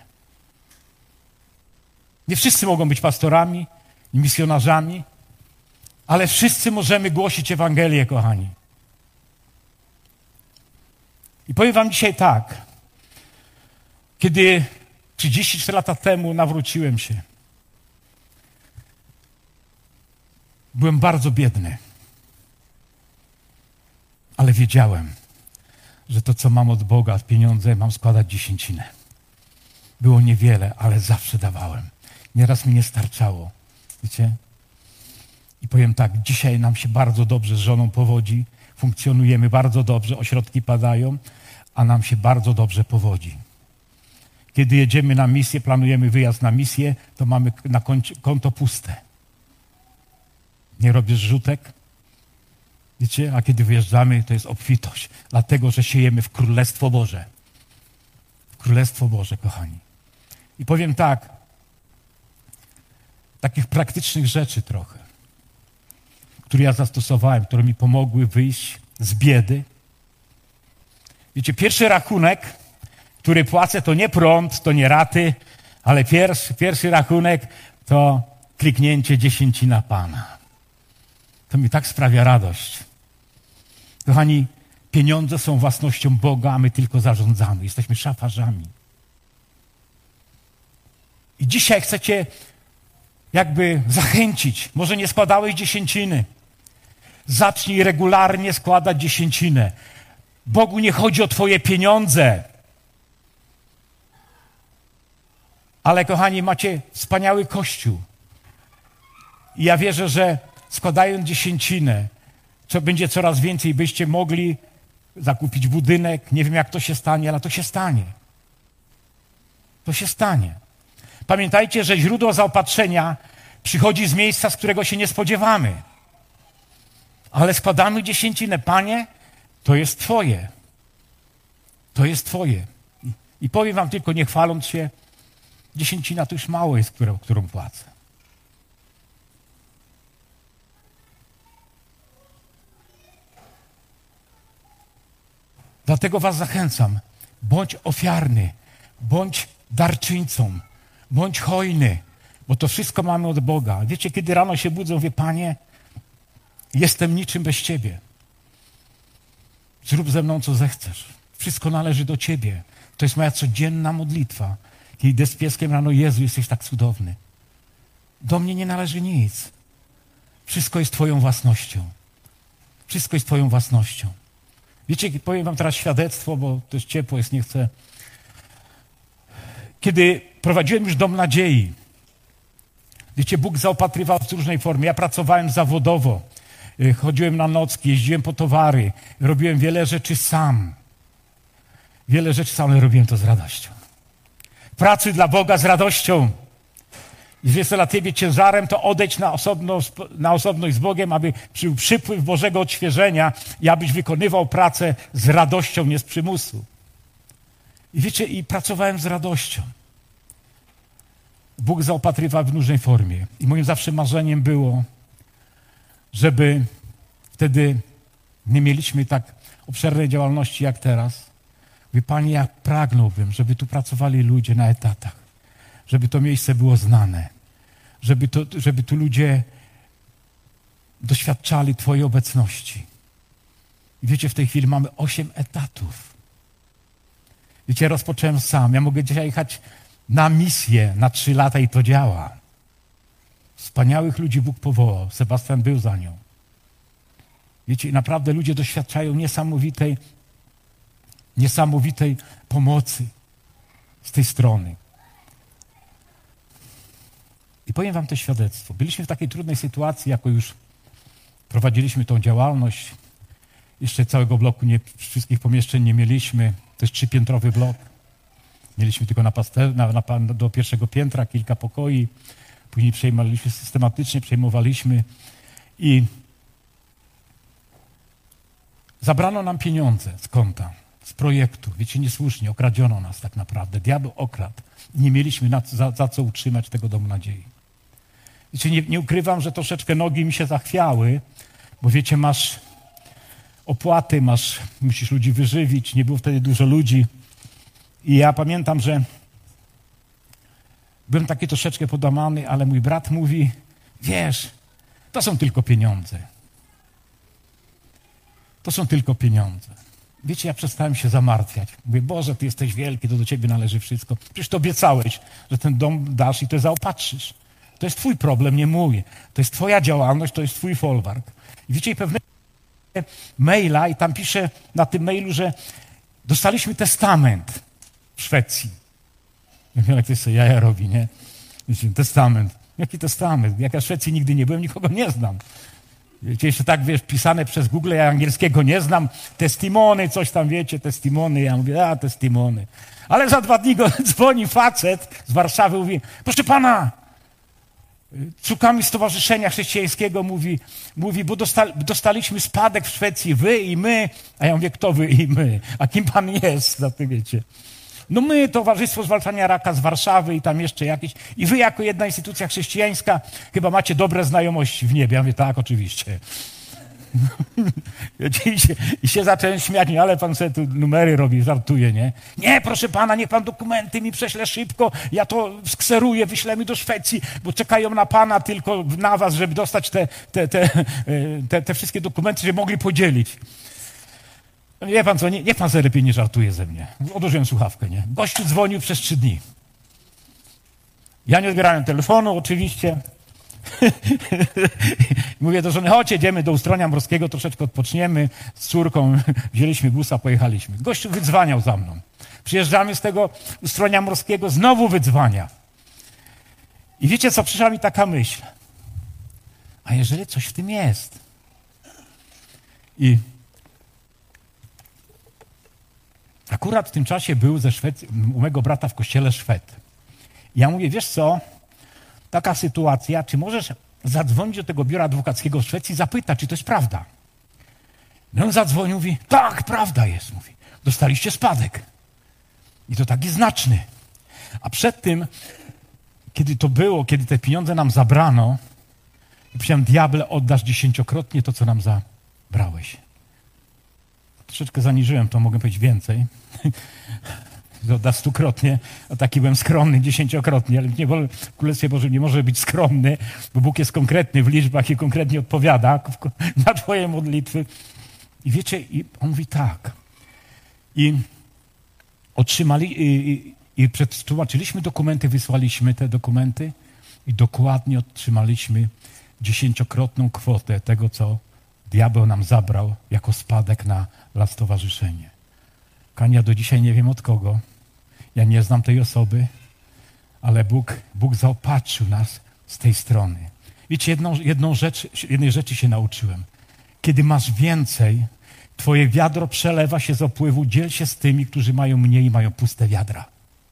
Nie wszyscy mogą być pastorami i misjonarzami, ale wszyscy możemy głosić Ewangelię, kochani. I powiem wam dzisiaj tak. Kiedy 34 lata temu nawróciłem się, byłem bardzo biedny. Ale wiedziałem, że to, co mam od Boga, pieniądze, mam składać dziesięcinę. Było niewiele, ale zawsze dawałem. Nieraz mi nie starczało. Wiecie? I powiem tak, dzisiaj nam się bardzo dobrze z żoną powodzi, funkcjonujemy bardzo dobrze, ośrodki padają, a nam się bardzo dobrze powodzi. Kiedy jedziemy na misję, planujemy wyjazd na misję, to mamy na konto puste. Nie robisz rzutek? Wiecie, a kiedy wyjeżdżamy, to jest obfitość, dlatego, że siejemy w Królestwo Boże. W Królestwo Boże, kochani. I powiem tak, takich praktycznych rzeczy trochę, które ja zastosowałem, które mi pomogły wyjść z biedy. Wiecie, pierwszy rachunek, który płacę, to nie prąd, to nie raty, ale pierwszy rachunek to kliknięcie dziesięcina Pana. To mi tak sprawia radość. Kochani, pieniądze są własnością Boga, a my tylko zarządzamy. Jesteśmy szafarzami. I dzisiaj chcecie jakby zachęcić. Może nie składałeś dziesięciny. Zacznij regularnie składać dziesięcinę. Bogu nie chodzi o twoje pieniądze. Ale kochani, macie wspaniały Kościół. I ja wierzę, że składając dziesięcinę, co będzie coraz więcej, byście mogli zakupić budynek. Nie wiem, jak to się stanie, ale to się stanie. To się stanie. Pamiętajcie, że źródło zaopatrzenia przychodzi z miejsca, z którego się nie spodziewamy. Ale składamy dziesięcinę. Panie, to jest Twoje. To jest Twoje. I powiem wam tylko, nie chwaląc się, dziesięcina to już mało jest, którą płacę. Dlatego was zachęcam. Bądź ofiarny, bądź darczyńcą, bądź hojny, bo to wszystko mamy od Boga. Wiecie, kiedy rano się budzę, mówię, Panie, jestem niczym bez Ciebie. Zrób ze mną, co zechcesz. Wszystko należy do Ciebie. To jest moja codzienna modlitwa. Kiedy idę z pieskiem rano, Jezu, jesteś tak cudowny. Do mnie nie należy nic. Wszystko jest Twoją własnością. Wszystko jest Twoją własnością. Wiecie, powiem wam teraz świadectwo, bo to jest ciepło, jest, nie chcę. Kiedy prowadziłem już Dom Nadziei, wiecie, Bóg zaopatrywał w różnej formie. Ja pracowałem zawodowo, chodziłem na nocki, jeździłem po towary, robiłem wiele rzeczy sam. Wiele rzeczy sam, ale robiłem to z radością. Pracuj dla Boga z radością. Jeśli jest to dla Ciebie ciężarem, to odejdź na osobność z Bogiem, aby był przypływ Bożego odświeżenia i abyś wykonywał pracę z radością, nie z przymusu. I wiecie, i pracowałem z radością. Bóg zaopatrywał w różnej formie. I moim zawsze marzeniem było, żeby wtedy nie mieliśmy tak obszernej działalności jak teraz. Mówię, Panie, ja pragnąłbym, żeby tu pracowali ludzie na etatach. Żeby to miejsce było znane. Żeby tu ludzie doświadczali Twojej obecności. I wiecie, w tej chwili mamy 8 etatów. Wiecie, rozpocząłem sam. Ja mogę dzisiaj jechać na misję na 3 lata i to działa. Wspaniałych ludzi Bóg powołał. Sebastian był za nią. Wiecie, naprawdę ludzie doświadczają niesamowitej pomocy z tej strony. I powiem wam to świadectwo. Byliśmy w takiej trudnej sytuacji, jako już prowadziliśmy tą działalność. Jeszcze całego bloku, wszystkich pomieszczeń nie mieliśmy. To jest 3-piętrowy blok. Mieliśmy tylko do pierwszego piętra kilka pokoi. Później systematycznie przejmowaliśmy. I zabrano nam pieniądze z konta, z projektu. Wiecie, niesłusznie, okradziono nas tak naprawdę. Diabeł okradł. Nie mieliśmy za co utrzymać tego Domu Nadziei. Wiecie, nie ukrywam, że troszeczkę nogi mi się zachwiały, bo wiecie, masz opłaty, musisz ludzi wyżywić, nie było wtedy dużo ludzi. I ja pamiętam, że byłem taki troszeczkę podłamany, ale mój brat mówi, wiesz, to są tylko pieniądze. To są tylko pieniądze. Wiecie, ja przestałem się zamartwiać. Mówię, Boże, Ty jesteś wielki, to do Ciebie należy wszystko. Przecież to obiecałeś, że ten dom dasz i to zaopatrzysz. To jest Twój problem, nie mój. To jest Twoja działalność, to jest Twój folwark. I wiecie, pewnego maila i tam pisze na tym mailu, że dostaliśmy testament w Szwecji. Ja wiem, jak to sobie jaja robi, nie? Wiecie, testament. Jaki testament? Jak ja w Szwecji nigdy nie byłem, nikogo nie znam. Wiecie, jeszcze tak, wiesz, pisane przez Google, ja angielskiego nie znam. Testimony, coś tam, wiecie, testimony. Ja mówię, testimony. Ale za 2 dni go dzwoni facet z Warszawy, mówi, proszę pana, córkami Stowarzyszenia Chrześcijańskiego mówi, bo dostaliśmy spadek w Szwecji, wy i my. A ja mówię, kto wy i my? A kim pan jest? Na tym wiecie. No my, Towarzystwo Zwalczania Raka z Warszawy i tam jeszcze jakieś. I wy jako jedna instytucja chrześcijańska chyba macie dobre znajomości w niebie. Ja mówię, tak, oczywiście. I się zacząłem śmiać, nie, ale pan sobie tu numery robi, żartuje, nie? Nie, proszę pana, niech pan dokumenty mi prześle szybko, ja to skseruję, wyślemy do Szwecji, bo czekają na pana tylko na was, żeby dostać te wszystkie dokumenty, żeby mogli podzielić. Wie pan co, niech pan sobie lepiej nie żartuje ze mnie. Odłożyłem słuchawkę, nie? Gościu dzwonił przez 3 dni. Ja nie odbierałem telefonu, oczywiście. Mówię do żony, chodź, jedziemy do Ustronia Morskiego, troszeczkę odpoczniemy z córką. Wzięliśmy busa, pojechaliśmy. Gościu wydzwaniał za mną. Przyjeżdżamy z tego Ustronia Morskiego, znowu wydzwania. I wiecie co, przyszła mi taka myśl. A jeżeli coś w tym jest? I akurat w tym czasie był ze Szwecji, u mego brata w kościele Szwed. I ja mówię, wiesz co, taka sytuacja, czy możesz zadzwonić do tego biura adwokackiego w Szwecji i zapytać, czy to jest prawda? No on zadzwonił, mówi, tak, prawda jest, mówi, dostaliście spadek. I to taki znaczny. A przed tym, kiedy to było, kiedy te pieniądze nam zabrano, powiedziałem, diable, oddasz 10-krotnie to, co nam zabrałeś. Troszeczkę zaniżyłem to, mogę powiedzieć więcej. Odda 100-krotnie, a taki byłem skromny 10-krotnie, ale w Królestwie Bożym nie może być skromny, bo Bóg jest konkretny w liczbach i konkretnie odpowiada na twoje modlitwy. I wiecie, i on mówi tak. I otrzymali, i przetłumaczyliśmy dokumenty, wysłaliśmy te dokumenty i dokładnie otrzymaliśmy 10-krotną kwotę tego, co diabeł nam zabrał jako spadek dla stowarzyszenia. Ja do dzisiaj nie wiem od kogo. Ja nie znam tej osoby, ale Bóg zaopatrzył nas z tej strony. Wiecie, jednej rzeczy się nauczyłem. Kiedy masz więcej, twoje wiadro przelewa się z opływu, dziel się z tymi, którzy mają mniej i mają puste wiadra.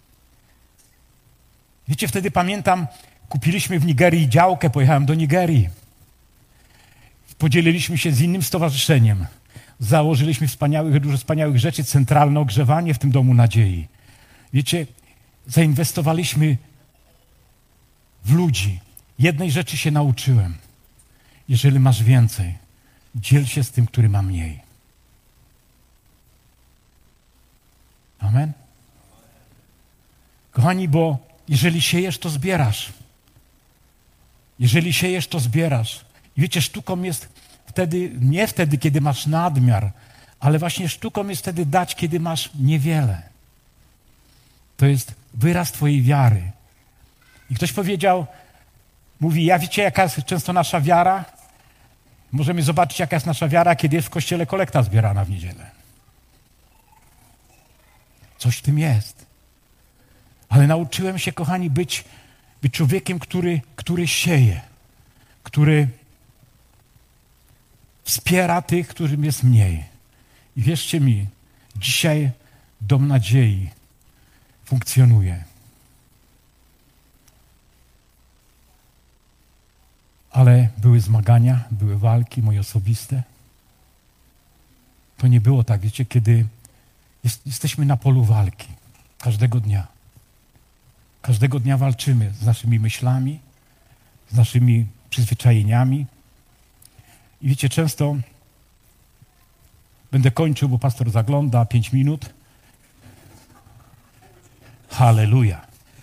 Wiecie, wtedy pamiętam, kupiliśmy w Nigerii działkę, pojechałem do Nigerii. Podzieliliśmy się z innym stowarzyszeniem. Założyliśmy dużo wspaniałych rzeczy, centralne ogrzewanie w tym Domu Nadziei. Wiecie, zainwestowaliśmy w ludzi. Jednej rzeczy się nauczyłem. Jeżeli masz więcej, dziel się z tym, który ma mniej. Amen? Kochani, bo jeżeli siejesz, to zbierasz. Jeżeli siejesz, to zbierasz. I wiecie, sztuką jest nie wtedy, kiedy masz nadmiar, ale właśnie sztuką jest wtedy dać, kiedy masz niewiele. To jest wyraz twojej wiary. I ktoś powiedział, mówi, ja wiecie, jaka jest często nasza wiara? Możemy zobaczyć, jaka jest nasza wiara, kiedy jest w kościele kolekta zbierana w niedzielę. Coś w tym jest. Ale nauczyłem się, kochani, być człowiekiem, który sieje, który wspiera tych, którym jest mniej. I wierzcie mi, dzisiaj Dom Nadziei funkcjonuje. Ale były zmagania, były walki moje osobiste. To nie było tak, wiecie, kiedy jesteśmy na polu walki. Każdego dnia. Każdego dnia walczymy z naszymi myślami, z naszymi przyzwyczajeniami. I wiecie, często będę kończył, bo pastor zagląda, 5 minut. Halleluja.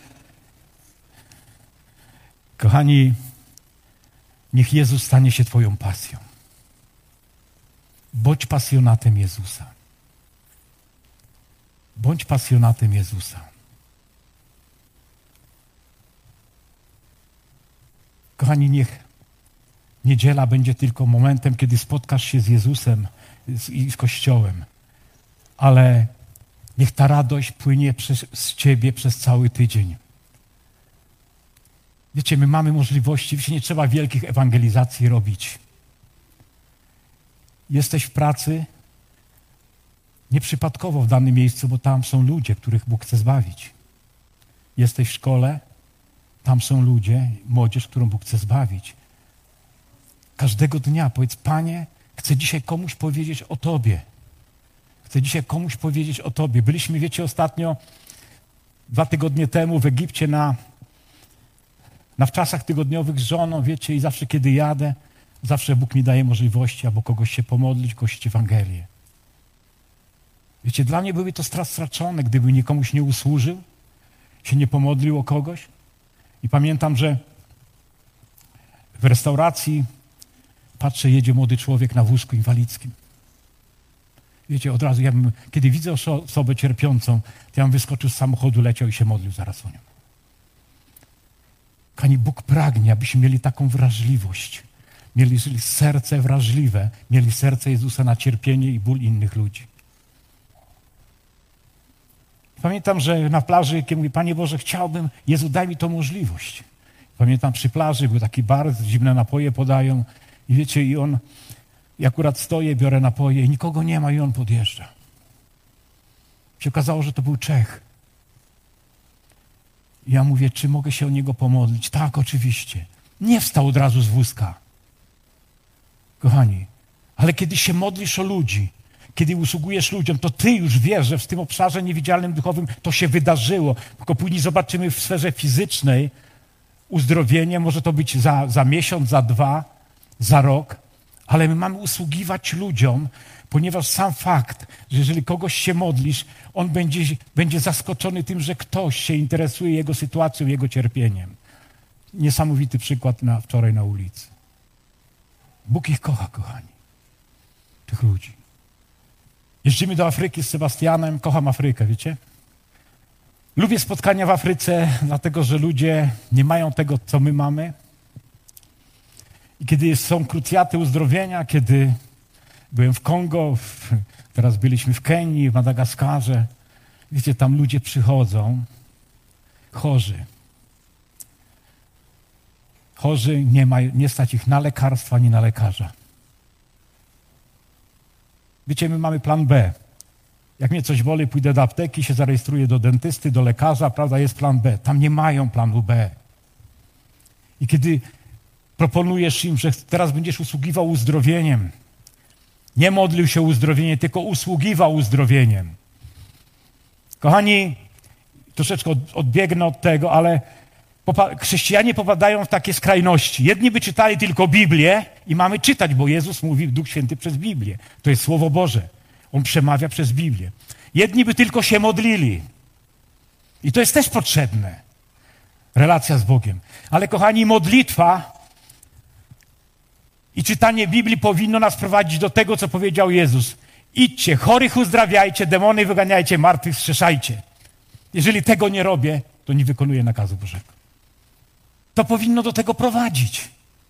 Kochani, niech Jezus stanie się twoją pasją. Bądź pasjonatem Jezusa. Bądź pasjonatem Jezusa. Kochani, niech niedziela będzie tylko momentem, kiedy spotkasz się z Jezusem i z Kościołem. Ale niech ta radość płynie z ciebie przez cały tydzień. Wiecie, my mamy możliwości, wiecie, nie trzeba wielkich ewangelizacji robić. Jesteś w pracy nieprzypadkowo w danym miejscu, bo tam są ludzie, których Bóg chce zbawić. Jesteś w szkole, Tam są ludzie, młodzież, którą Bóg chce zbawić. Każdego dnia powiedz, Panie, chcę dzisiaj komuś powiedzieć o Tobie. Chcę dzisiaj komuś powiedzieć o Tobie. Byliśmy, wiecie, ostatnio 2 tygodnie temu w Egipcie na wczasach tygodniowych z żoną, wiecie, i zawsze kiedy jadę, zawsze Bóg mi daje możliwości albo kogoś się pomodlić, głosić Ewangelię. Wiecie, dla mnie były to stracone, gdyby nikomuś nie usłużył, się nie pomodlił o kogoś. I pamiętam, że w restauracji patrzę, jedzie młody człowiek na wózku inwalidzkim. Wiecie, od razu, kiedy widzę osobę cierpiącą, to ja bym wyskoczył z samochodu, leciał i się modlił zaraz o nią. Kochani, Bóg pragnie, abyśmy mieli taką wrażliwość. Mieli serce wrażliwe, mieli serce Jezusa na cierpienie i ból innych ludzi. Pamiętam, że na plaży, kiedy mówię, Panie Boże, chciałbym, Jezu, daj mi tą możliwość. Pamiętam, przy plaży był taki bar, zimne napoje podają i wiecie, i akurat stoję, biorę napoje i nikogo nie ma i on podjeżdża. Się okazało, że to był Czech. I ja mówię, czy mogę się o niego pomodlić? Tak, oczywiście. Nie wstał od razu z wózka. Kochani, ale kiedy się modlisz o ludzi, kiedy usługujesz ludziom, to ty już wiesz, że w tym obszarze niewidzialnym, duchowym to się wydarzyło. Tylko później zobaczymy w sferze fizycznej uzdrowienie, może to być za miesiąc, za 2, za rok, ale my mamy usługiwać ludziom, ponieważ sam fakt, że jeżeli kogoś się modlisz, on będzie zaskoczony tym, że ktoś się interesuje jego sytuacją, jego cierpieniem. Niesamowity przykład wczoraj na ulicy. Bóg ich kocha, kochani. Tych ludzi. Jeździmy do Afryki z Sebastianem, kocham Afrykę, wiecie? Lubię spotkania w Afryce, dlatego że ludzie nie mają tego, co my mamy. I kiedy są krucjaty uzdrowienia, kiedy byłem w Kongo, teraz byliśmy w Kenii, w Madagaskarze, wiecie, tam ludzie przychodzą chorzy. Chorzy, nie stać ich na lekarstwa, ani na lekarza. Wiecie, my mamy plan B. Jak mnie coś boli, pójdę do apteki, się zarejestruję do dentysty, do lekarza, prawda, jest plan B. Tam nie mają planu B. I kiedy proponujesz im, że teraz będziesz usługiwał uzdrowieniem, nie modlił się o uzdrowienie, tylko usługiwał uzdrowieniem. Kochani, troszeczkę odbiegnę od tego, ale chrześcijanie popadają w takie skrajności. Jedni by czytali tylko Biblię i mamy czytać, bo Jezus mówi, Duch Święty przez Biblię. To jest Słowo Boże. On przemawia przez Biblię. Jedni by tylko się modlili. I to jest też potrzebne. Relacja z Bogiem. Ale kochani, modlitwa i czytanie Biblii powinno nas prowadzić do tego, co powiedział Jezus. Idźcie, chorych uzdrawiajcie, demony wyganiajcie, martwych wskrzeszajcie. Jeżeli tego nie robię, to nie wykonuję nakazu Bożego. To powinno do tego prowadzić.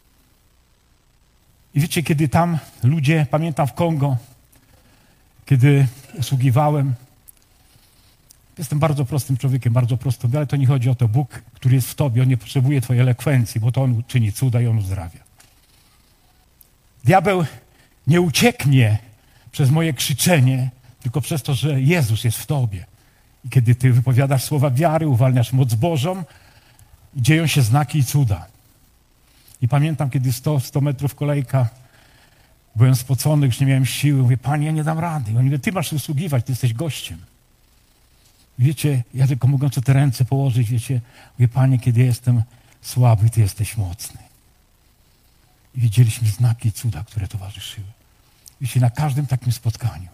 I wiecie, kiedy tam ludzie, pamiętam w Kongo, kiedy usługiwałem, jestem bardzo prostym człowiekiem, bardzo prostym, ale to nie chodzi o to. Bóg, który jest w tobie, On nie potrzebuje twojej elokwencji, bo to On czyni cuda i On uzdrawia. Diabeł nie ucieknie przez moje krzyczenie, tylko przez to, że Jezus jest w tobie. I kiedy ty wypowiadasz słowa wiary, uwalniasz moc Bożą, dzieją się znaki i cuda. I pamiętam, kiedy 100 metrów kolejka, byłem spocony, już nie miałem siły. Mówię, Panie, ja nie dam rady. I on mówi, ty masz usługiwać, ty jesteś gościem. I wiecie, ja tylko mogę te ręce położyć, wiecie. Mówię, Panie, kiedy jestem słaby, ty jesteś mocny. I widzieliśmy znaki i cuda, które towarzyszyły. Wiecie, na każdym takim spotkaniu.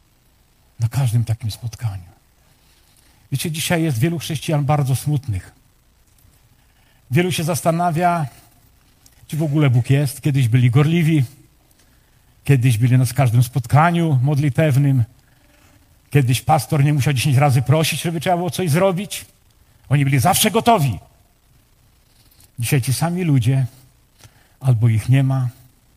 Wiecie, dzisiaj jest wielu chrześcijan bardzo smutnych. Wielu się zastanawia, czy w ogóle Bóg jest. Kiedyś byli gorliwi, kiedyś byli na każdym spotkaniu modlitewnym, kiedyś pastor nie musiał 10 razy prosić, żeby trzeba było coś zrobić. Oni byli zawsze gotowi. Dzisiaj ci sami ludzie, albo ich nie ma.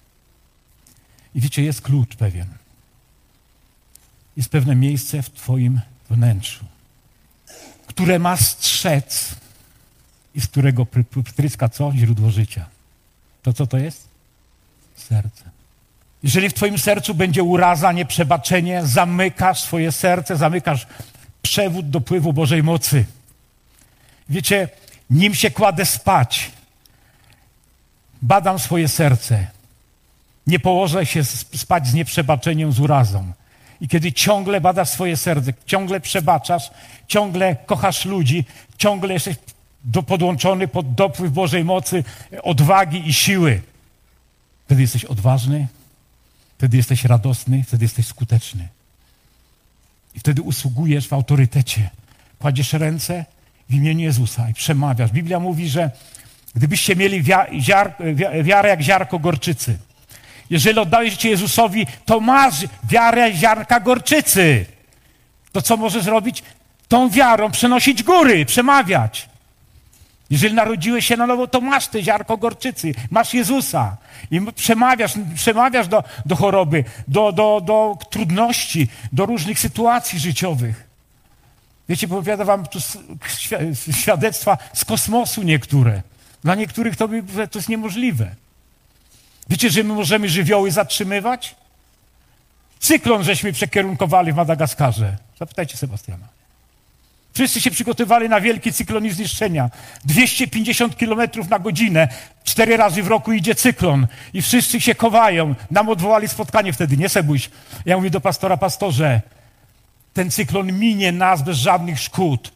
I wiecie, jest klucz pewien. Jest pewne miejsce w twoim wnętrzu, które ma strzec i z którego pryska co? Źródło życia. To co to jest? Serce. Jeżeli w twoim sercu będzie uraza, nieprzebaczenie, zamykasz swoje serce, zamykasz przewód dopływu Bożej mocy. Wiecie, nim się kładę spać, badam swoje serce. Nie położę się spać z nieprzebaczeniem, z urazą. I kiedy ciągle badasz swoje serce, ciągle przebaczasz, ciągle kochasz ludzi, ciągle jesteś podłączony pod dopływ Bożej mocy, odwagi i siły, wtedy jesteś odważny, wtedy jesteś radosny, wtedy jesteś skuteczny. I wtedy usługujesz w autorytecie. Kładziesz ręce w imieniu Jezusa i przemawiasz. Biblia mówi, że gdybyście mieli wiarę jak ziarko gorczycy, jeżeli oddałeś życie Jezusowi, to masz wiarę ziarnka gorczycy. To co możesz zrobić? Tą wiarą przenosić góry, przemawiać. Jeżeli narodziłeś się na nowo, to masz te ziarko gorczycy, masz Jezusa. I przemawiasz do choroby, do trudności, do różnych sytuacji życiowych. Wiecie, powiadam wam tu świadectwa z kosmosu niektóre. Dla niektórych to jest niemożliwe. Wiecie, że my możemy żywioły zatrzymywać? Cyklon żeśmy przekierunkowali w Madagaskarze. Zapytajcie Sebastiana. Wszyscy się przygotowali na wielki cyklon i zniszczenia. 250 km na godzinę, 4 razy w roku idzie cyklon i wszyscy się chowają. Nam odwołali spotkanie wtedy, nie Sebuś. Ja mówię do pastora, pastorze, ten cyklon minie nas bez żadnych szkód.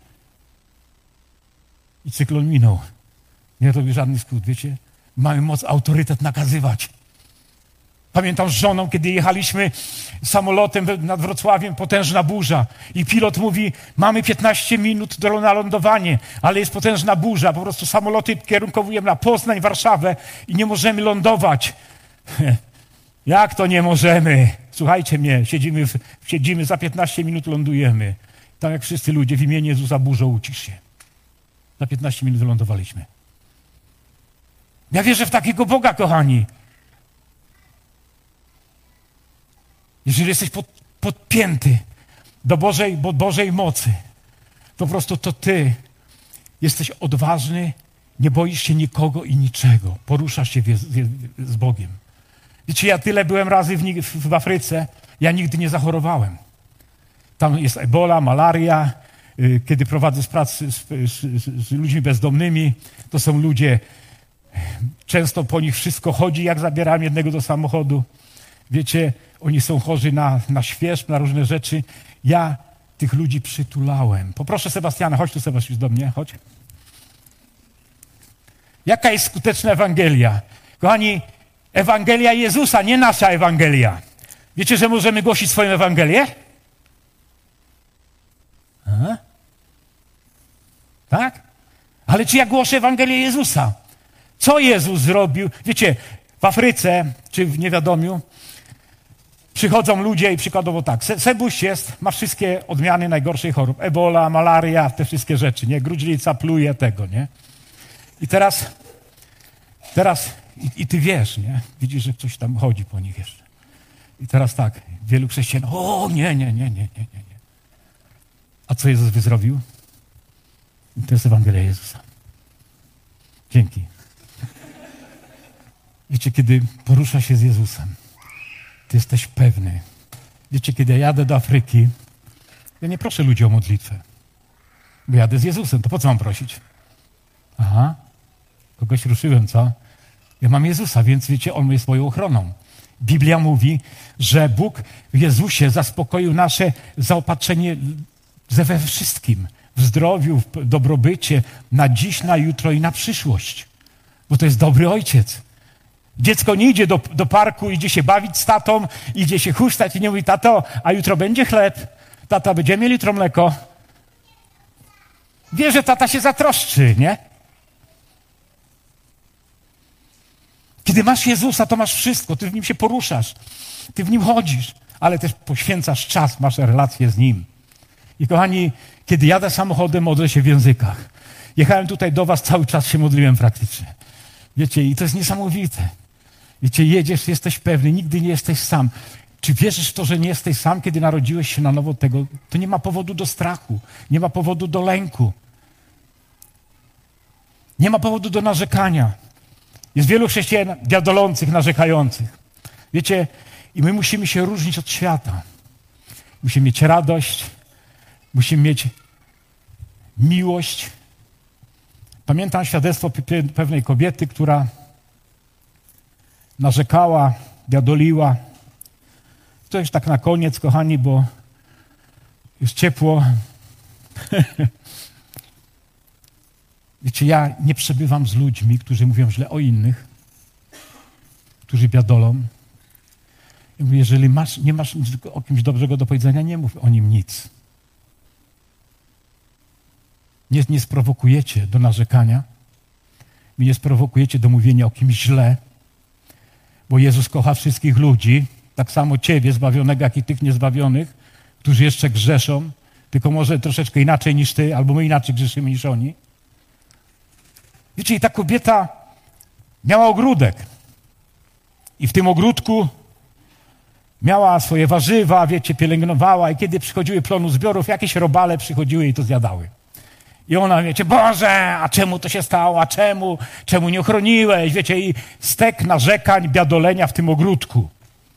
I cyklon minął. Nie robi żadnych szkód, wiecie? Mamy moc, autorytet nakazywać. Pamiętam z żoną, kiedy jechaliśmy samolotem nad Wrocławiem, potężna burza i pilot mówi, mamy 15 minut na lądowanie, ale jest potężna burza, po prostu samoloty kierunkowujemy na Poznań, Warszawę i nie możemy lądować. Jak to nie możemy? Słuchajcie mnie, siedzimy, za 15 minut lądujemy. Tak jak wszyscy ludzie, w imieniu Jezusa burzo ucisz się. Za 15 minut lądowaliśmy. Ja wierzę w takiego Boga, kochani. Jeżeli jesteś podpięty do Bożej mocy, to po prostu to ty jesteś odważny, nie boisz się nikogo i niczego. Poruszasz się z Bogiem. Wiecie, ja tyle byłem razy w Afryce, ja nigdy nie zachorowałem. Tam jest ebola, malaria. Kiedy prowadzę pracy z ludźmi bezdomnymi, to są ludzie, często po nich wszystko chodzi, jak zabieram jednego do samochodu. Wiecie, oni są chorzy na świerzb, na różne rzeczy. Ja tych ludzi przytulałem. Poproszę Sebastiana, chodź tu Sebastian do mnie, chodź. Jaka jest skuteczna Ewangelia? Kochani, Ewangelia Jezusa, nie nasza Ewangelia. Wiecie, że możemy głosić swoją Ewangelię? Aha. Tak? Ale czy ja głoszę Ewangelię Jezusa? Co Jezus zrobił? Wiecie, w Afryce, czy w Niewiadomiu, przychodzą ludzie i przykładowo tak, Sebuś ma wszystkie odmiany najgorszej chorób. Ebola, malaria, te wszystkie rzeczy, nie? Gruźlica, pluje tego, nie? I teraz i ty wiesz, nie? Widzisz, że ktoś tam chodzi po nich jeszcze. I teraz tak, wielu chrześcijan, nie. A co Jezus zrobił? To jest Ewangelia Jezusa. Dzięki. Wiecie, kiedy porusza się z Jezusem, ty jesteś pewny. Wiecie, kiedy ja jadę do Afryki, ja nie proszę ludzi o modlitwę, bo jadę z Jezusem, to po co mam prosić? Aha, kogoś ruszyłem, co? Ja mam Jezusa, więc wiecie, On jest moją ochroną. Biblia mówi, że Bóg w Jezusie zaspokoił nasze zaopatrzenie we wszystkim. W zdrowiu, w dobrobycie, na dziś, na jutro i na przyszłość. Bo to jest dobry ojciec. Dziecko nie idzie do parku, idzie się bawić z tatą, idzie się huśtać i nie mówi, tato, a jutro będzie chleb, tata, będziemy mieli jutro mleko. Wie, że tata się zatroszczy, nie? Kiedy masz Jezusa, to masz wszystko, ty w Nim się poruszasz, ty w Nim chodzisz, ale też poświęcasz czas, masz relację z Nim. I kochani, kiedy jadę samochodem, modlę się w językach. Jechałem tutaj do was, cały czas się modliłem praktycznie. Wiecie, i to jest niesamowite. Wiecie, jedziesz, jesteś pewny, nigdy nie jesteś sam. Czy wierzysz w to, że nie jesteś sam, kiedy narodziłeś się na nowo tego? To nie ma powodu do strachu, nie ma powodu do lęku. Nie ma powodu do narzekania. Jest wielu chrześcijan wiadolących, narzekających. Wiecie, i my musimy się różnić od świata. Musimy mieć radość, musimy mieć miłość, Pamiętam świadectwo pewnej kobiety, która narzekała, biadoliła. To już tak na koniec, kochani, bo już ciepło. Wiecie, ja nie przebywam z ludźmi, którzy mówią źle o innych, którzy biadolą. Ja mówię, jeżeli nie masz nic o kimś dobrego do powiedzenia, nie mów o nim nic. Nie sprowokujecie do narzekania, nie sprowokujecie do mówienia o kimś źle, bo Jezus kocha wszystkich ludzi, tak samo ciebie zbawionego, jak i tych niezbawionych, którzy jeszcze grzeszą, tylko może troszeczkę inaczej niż ty, albo my inaczej grzeszymy niż oni. Wiecie, i ta kobieta miała ogródek i w tym ogródku miała swoje warzywa, wiecie, pielęgnowała i kiedy przychodziły plonu zbiorów, jakieś robale przychodziły i to zjadały. I ona, wiecie, Boże, a czemu to się stało, a czemu nie ochroniłeś, wiecie, i stek narzekań, biadolenia w tym ogródku.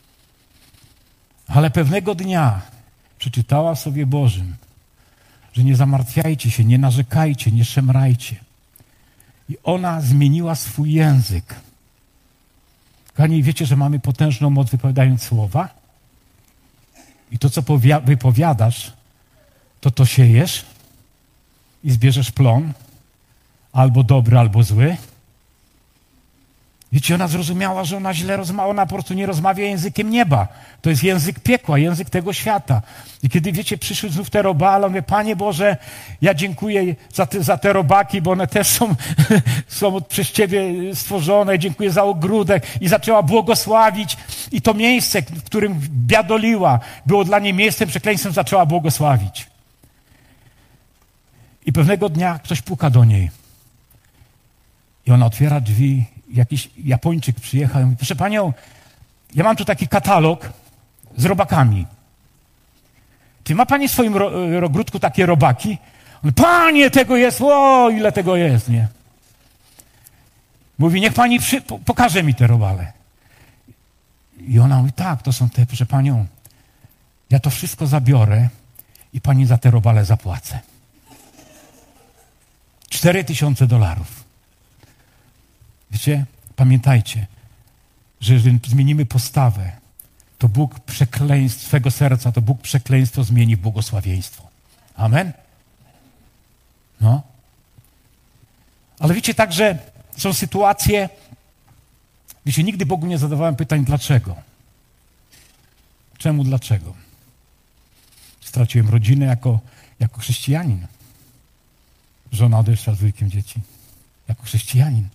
Ale pewnego dnia przeczytała w Słowie Bożym, że nie zamartwiajcie się, nie narzekajcie, nie szemrajcie. I ona zmieniła swój język. Kochani, wiecie, że mamy potężną moc wypowiadając słowa? I to, co wypowiadasz, to siejesz i zbierzesz plon, albo dobry, albo zły. Wiecie, ona zrozumiała, że ona źle rozmawia, ona po prostu nie rozmawia językiem nieba. To jest język piekła, język tego świata. I kiedy, wiecie, przyszły znów te robale, mówię, Panie Boże, ja dziękuję za te robaki, bo one też są przez Ciebie stworzone. Dziękuję za ogródek. I zaczęła błogosławić. I to miejsce, w którym biadoliła, było dla niej miejscem przekleństwem, zaczęła błogosławić. I pewnego dnia ktoś puka do niej. I ona otwiera drzwi. Jakiś Japończyk przyjechał i mówi, proszę Panią, ja mam tu taki katalog z robakami. Czy ma Pani w swoim ogródku takie robaki? On, Panie, tego jest, ile tego jest, nie? Mówi, niech Pani pokaże mi te robale. I ona mówi, tak, to są te, proszę Panią, ja to wszystko zabiorę i Pani za te robale zapłacę. $4000. Wiecie, pamiętajcie, że jeżeli zmienimy postawę, to Bóg przekleństw swego serca, to Bóg przekleństwo zmieni w błogosławieństwo. Amen? No. Ale wiecie, także są sytuacje, wiecie, nigdy Bogu nie zadawałem pytań, dlaczego? Czemu, dlaczego? Straciłem rodzinę jako chrześcijanin. Żona odeszła z 2 dzieci. Jako chrześcijanin.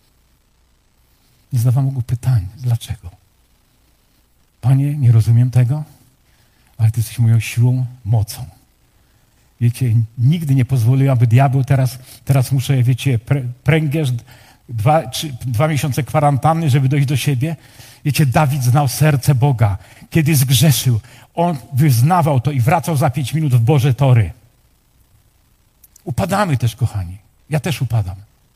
Nie zadawałem Bogu pytań. Dlaczego? Panie, nie rozumiem tego, ale Ty jesteś moją siłą, mocą. Wiecie, nigdy nie pozwoliłem, aby diabeł teraz muszę, wiecie, pręgierz, 2 miesiące kwarantanny, żeby dojść do siebie. Wiecie, Dawid znał serce Boga. Kiedy zgrzeszył, on wyznawał to i wracał za 5 minut w Boże tory. Upadamy też, kochani. Ja też upadam.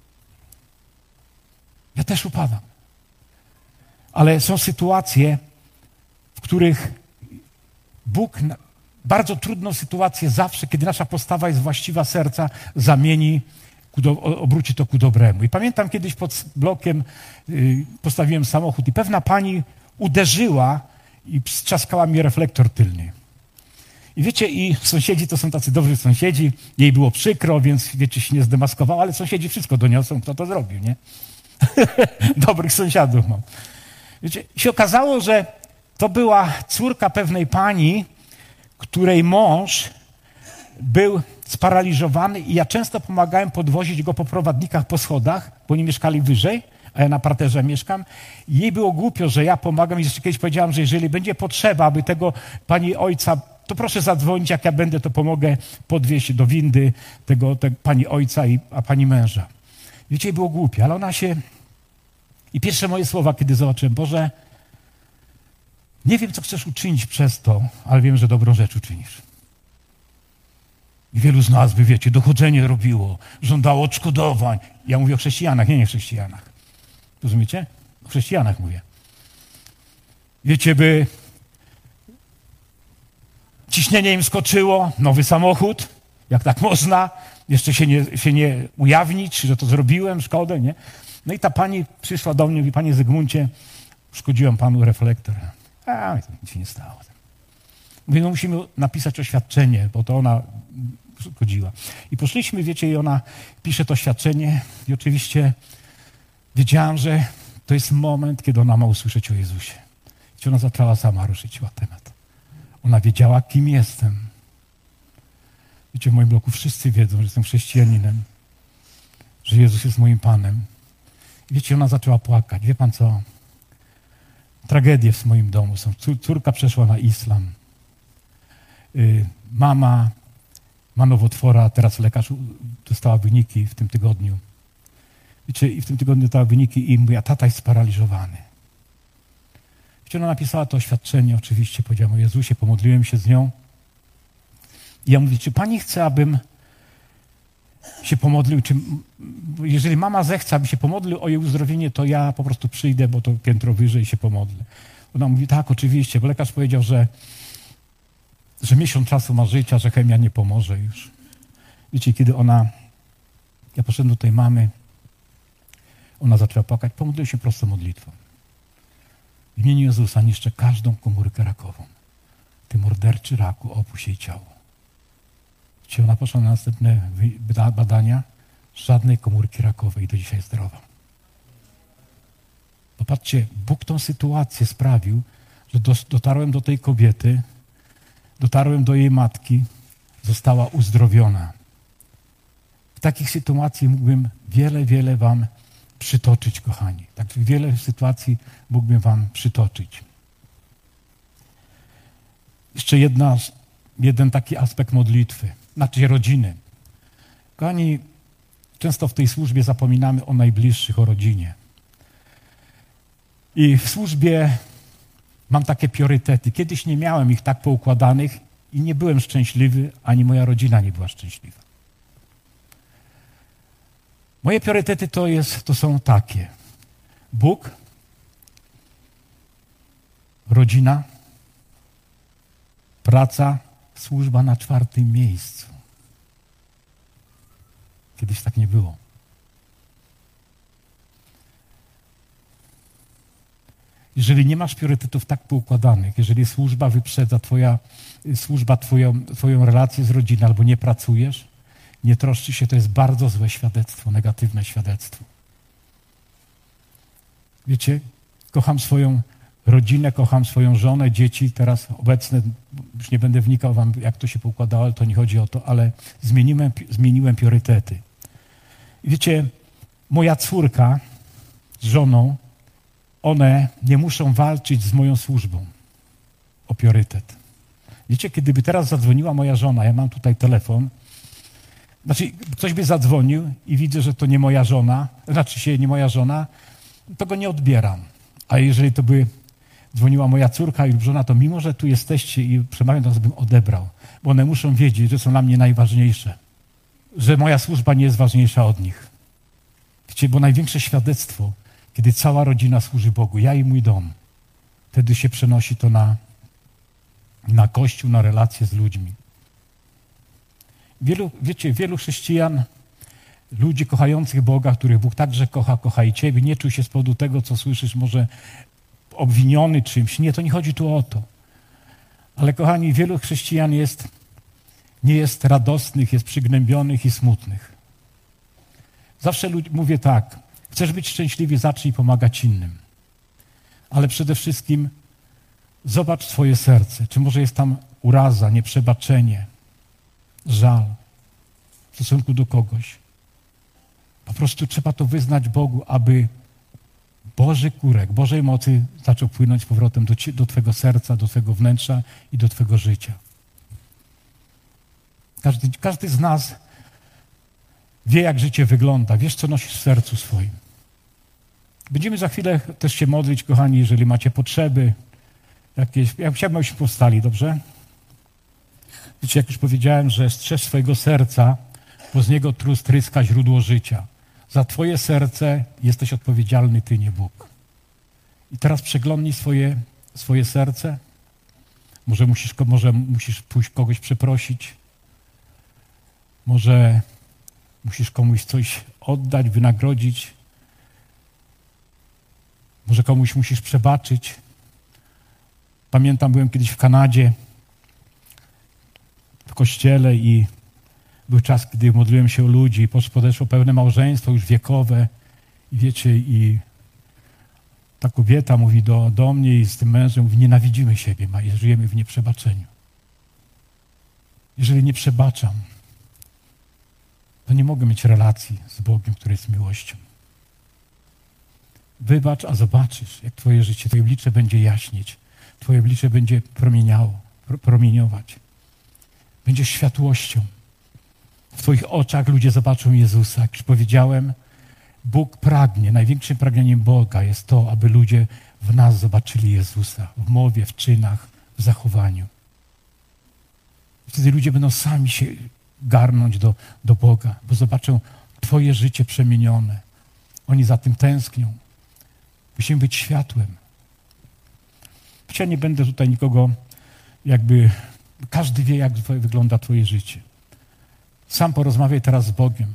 Ale są sytuacje, w których Bóg bardzo trudną sytuację zawsze, kiedy nasza postawa jest właściwa serca, zamieni, obróci to ku dobremu. I pamiętam kiedyś pod blokiem postawiłem samochód i pewna pani uderzyła i strzaskała mi reflektor tylny. I wiecie, i sąsiedzi to są tacy dobrzy sąsiedzi, jej było przykro, więc wiecie, się nie zdemaskowała, ale sąsiedzi wszystko doniosą, kto to zrobił, nie? Dobrych sąsiadów mam. Wiecie, się okazało, że to była córka pewnej pani, której mąż był sparaliżowany i ja często pomagałem podwozić go po prowadnikach po schodach, bo oni mieszkali wyżej, a ja na parterze mieszkam. I jej było głupio, że ja pomagam i jeszcze kiedyś powiedziałam, że jeżeli będzie potrzeba, aby tego pani ojca, to proszę zadzwonić, jak ja będę, to pomogę podwieźć do windy tego pani ojca a pani męża. Wiecie, jej było głupio, ale ona się... I pierwsze moje słowa, kiedy zobaczyłem, Boże, nie wiem, co chcesz uczynić przez to, ale wiem, że dobrą rzecz uczynisz. I wielu z nas, by wiecie, dochodzenie robiło, żądało odszkodowań. Ja mówię o chrześcijanach, nie chrześcijanach. Rozumiecie? O chrześcijanach mówię. Wiecie, by ciśnienie im skoczyło, nowy samochód, jak tak można, jeszcze się nie ujawnić, że to zrobiłem, szkodę, nie? No i ta pani przyszła do mnie i mówi, panie Zygmuncie, uszkodziłem panu reflektor. A, nic się nie stało. Mówię, no musimy napisać oświadczenie, bo to ona uszkodziła. I poszliśmy, wiecie, i ona pisze to oświadczenie i oczywiście wiedziałam, że to jest moment, kiedy ona ma usłyszeć o Jezusie. I ona zaczęła sama ruszyć temat. Ona wiedziała, kim jestem. Wiecie, w moim bloku wszyscy wiedzą, że jestem chrześcijaninem, że Jezus jest moim Panem. I wiecie, ona zaczęła płakać. Wie pan co? Tragedie w moim domu są. Córka przeszła na islam. Mama ma nowotwora, teraz lekarz dostała wyniki w tym tygodniu. Wiecie, i w tym tygodniu dostała wyniki i mówi, a tata jest sparaliżowany. Wiecie, ona napisała to oświadczenie, oczywiście, powiedziałam o Jezusie, pomodliłem się z nią. I ja mówię, czy pani chce, abym się pomodlił, czy jeżeli mama zechce, abym się pomodlił o jej uzdrowienie, to ja po prostu przyjdę, bo to piętro wyżej się pomodlę. Ona mówi, tak, oczywiście, bo lekarz powiedział, że miesiąc czasu ma życia, że chemia nie pomoże już. Wiecie, kiedy ja poszedłem do tej mamy, ona zaczęła płakać, pomodliłem się prostą modlitwą. W imieniu Jezusa niszczę każdą komórkę rakową. Ty morderczy raku, opuść jej ciało. Wiecie, ona poszła na następne badania, żadnej komórki rakowej, do dzisiaj zdrowa. Popatrzcie, Bóg tą sytuację sprawił, że dotarłem do tej kobiety, dotarłem do jej matki, została uzdrowiona. W takich sytuacji mógłbym wiele wam przytoczyć, kochani. Tak wiele sytuacji mógłbym wam przytoczyć. Jeszcze jeden taki aspekt modlitwy, znaczy rodziny. Kochani, często w tej służbie zapominamy o najbliższych, o rodzinie. I w służbie mam takie priorytety. Kiedyś nie miałem ich tak poukładanych i nie byłem szczęśliwy, ani moja rodzina nie była szczęśliwa. Moje priorytety to są takie. Bóg, rodzina, praca, służba na 4. miejscu. Kiedyś tak nie było. Jeżeli nie masz priorytetów tak poukładanych, jeżeli służba wyprzedza twoją relację z rodziną, albo nie pracujesz, nie troszczysz się, to jest bardzo złe świadectwo, negatywne świadectwo. Wiecie, kocham swoją rodzinę, kocham swoją żonę, dzieci, teraz obecne, już nie będę wnikał wam, jak to się poukładało, ale to nie chodzi o to, ale zmieniłem priorytety. I wiecie, moja córka z żoną, one nie muszą walczyć z moją służbą o priorytet. Wiecie, kiedyby teraz zadzwoniła moja żona, ja mam tutaj telefon, znaczy ktoś by zadzwonił i widzę, że to nie moja żona, nie moja żona, to go nie odbieram. A jeżeli to by dzwoniła moja córka lub żona, to mimo, że tu jesteście i przemawiam, to bym odebrał. Bo one muszą wiedzieć, że są dla mnie najważniejsze. Że moja służba nie jest ważniejsza od nich. Wiecie, bo największe świadectwo, kiedy cała rodzina służy Bogu, ja i mój dom, wtedy się przenosi to na Kościół, na relacje z ludźmi. Wielu chrześcijan, ludzi kochających Boga, których Bóg także kocha i ciebie, nie czuł się z powodu tego, co słyszysz, może obwiniony czymś. Nie, to nie chodzi tu o to. Ale kochani, wielu chrześcijan nie jest radosnych, jest przygnębionych i smutnych. Zawsze mówię tak, chcesz być szczęśliwy, zacznij pomagać innym. Ale przede wszystkim zobacz swoje serce. Czy może jest tam uraza, nieprzebaczenie, żal w stosunku do kogoś. Po prostu trzeba to wyznać Bogu, aby Boży kurek, Bożej mocy zaczął płynąć z powrotem do twojego serca, do twojego wnętrza i do twojego życia. Każdy z nas wie, jak życie wygląda. Wiesz, co nosisz w sercu swoim. Będziemy za chwilę też się modlić, kochani, jeżeli macie potrzeby jakieś. Ja chciałbym, abyśmy powstali, dobrze? Wiecie, jak już powiedziałem, że strzeż swojego serca, bo z niego tryska źródło życia. Za twoje serce jesteś odpowiedzialny ty, nie Bóg. I teraz przeglądnij swoje serce. Może musisz pójść kogoś przeprosić. Może Musisz komuś coś oddać, wynagrodzić. Może komuś musisz przebaczyć. Pamiętam, byłem kiedyś w Kanadzie, w kościele i był czas, kiedy modliłem się o ludzi. Podeszło pełne małżeństwo, już wiekowe. I wiecie, i ta kobieta mówi do mnie i z tym mężem, mówi, nienawidzimy siebie, żyjemy w nieprzebaczeniu. Jeżeli nie przebaczam, to nie mogę mieć relacji z Bogiem, który jest miłością. Wybacz, a zobaczysz, jak twoje życie, twoje oblicze będzie jaśnieć. Twoje oblicze będzie promieniować. Będziesz światłością. W twoich oczach ludzie zobaczą Jezusa. Jak już powiedziałem, Bóg pragnie, największym pragnieniem Boga jest to, aby ludzie w nas zobaczyli Jezusa. W mowie, w czynach, w zachowaniu. Wtedy ludzie będą sami się garnąć do Boga, bo zobaczą twoje życie przemienione. Oni za tym tęsknią. Musimy być światłem. Ja nie będę tutaj nikogo każdy wie, jak wygląda twoje życie. Sam porozmawiaj teraz z Bogiem.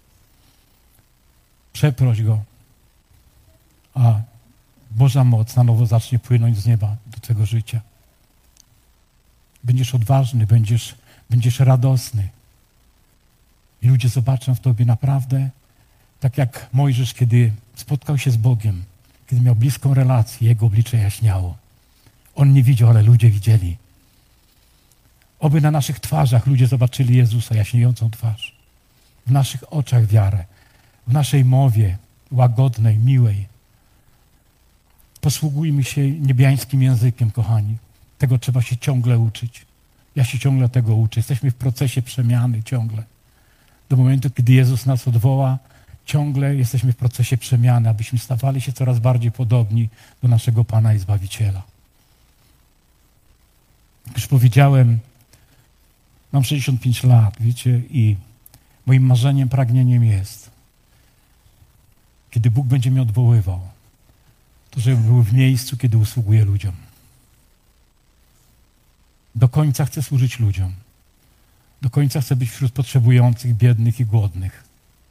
Przeproś Go, a Boża moc na nowo zacznie płynąć z nieba do twojego życia. Będziesz odważny, będziesz radosny. I ludzie zobaczą w tobie naprawdę, tak jak Mojżesz, kiedy spotkał się z Bogiem, kiedy miał bliską relację, jego oblicze jaśniało. On nie widział, ale ludzie widzieli. Oby na naszych twarzach ludzie zobaczyli Jezusa, jaśniejącą twarz. W naszych oczach wiarę. W naszej mowie łagodnej, miłej. Posługujmy się niebiańskim językiem, kochani. Tego trzeba się ciągle uczyć. Ja się ciągle tego uczę. Jesteśmy w procesie przemiany ciągle. Do momentu, kiedy Jezus nas odwoła, ciągle jesteśmy w procesie przemiany, abyśmy stawali się coraz bardziej podobni do naszego Pana i Zbawiciela. Jak już powiedziałem, mam 65 lat, wiecie, i moim marzeniem, pragnieniem jest, kiedy Bóg będzie mnie odwoływał, to żebym był w miejscu, kiedy usługuję ludziom. Do końca chcę służyć ludziom. Do końca chcę być wśród potrzebujących, biednych i głodnych.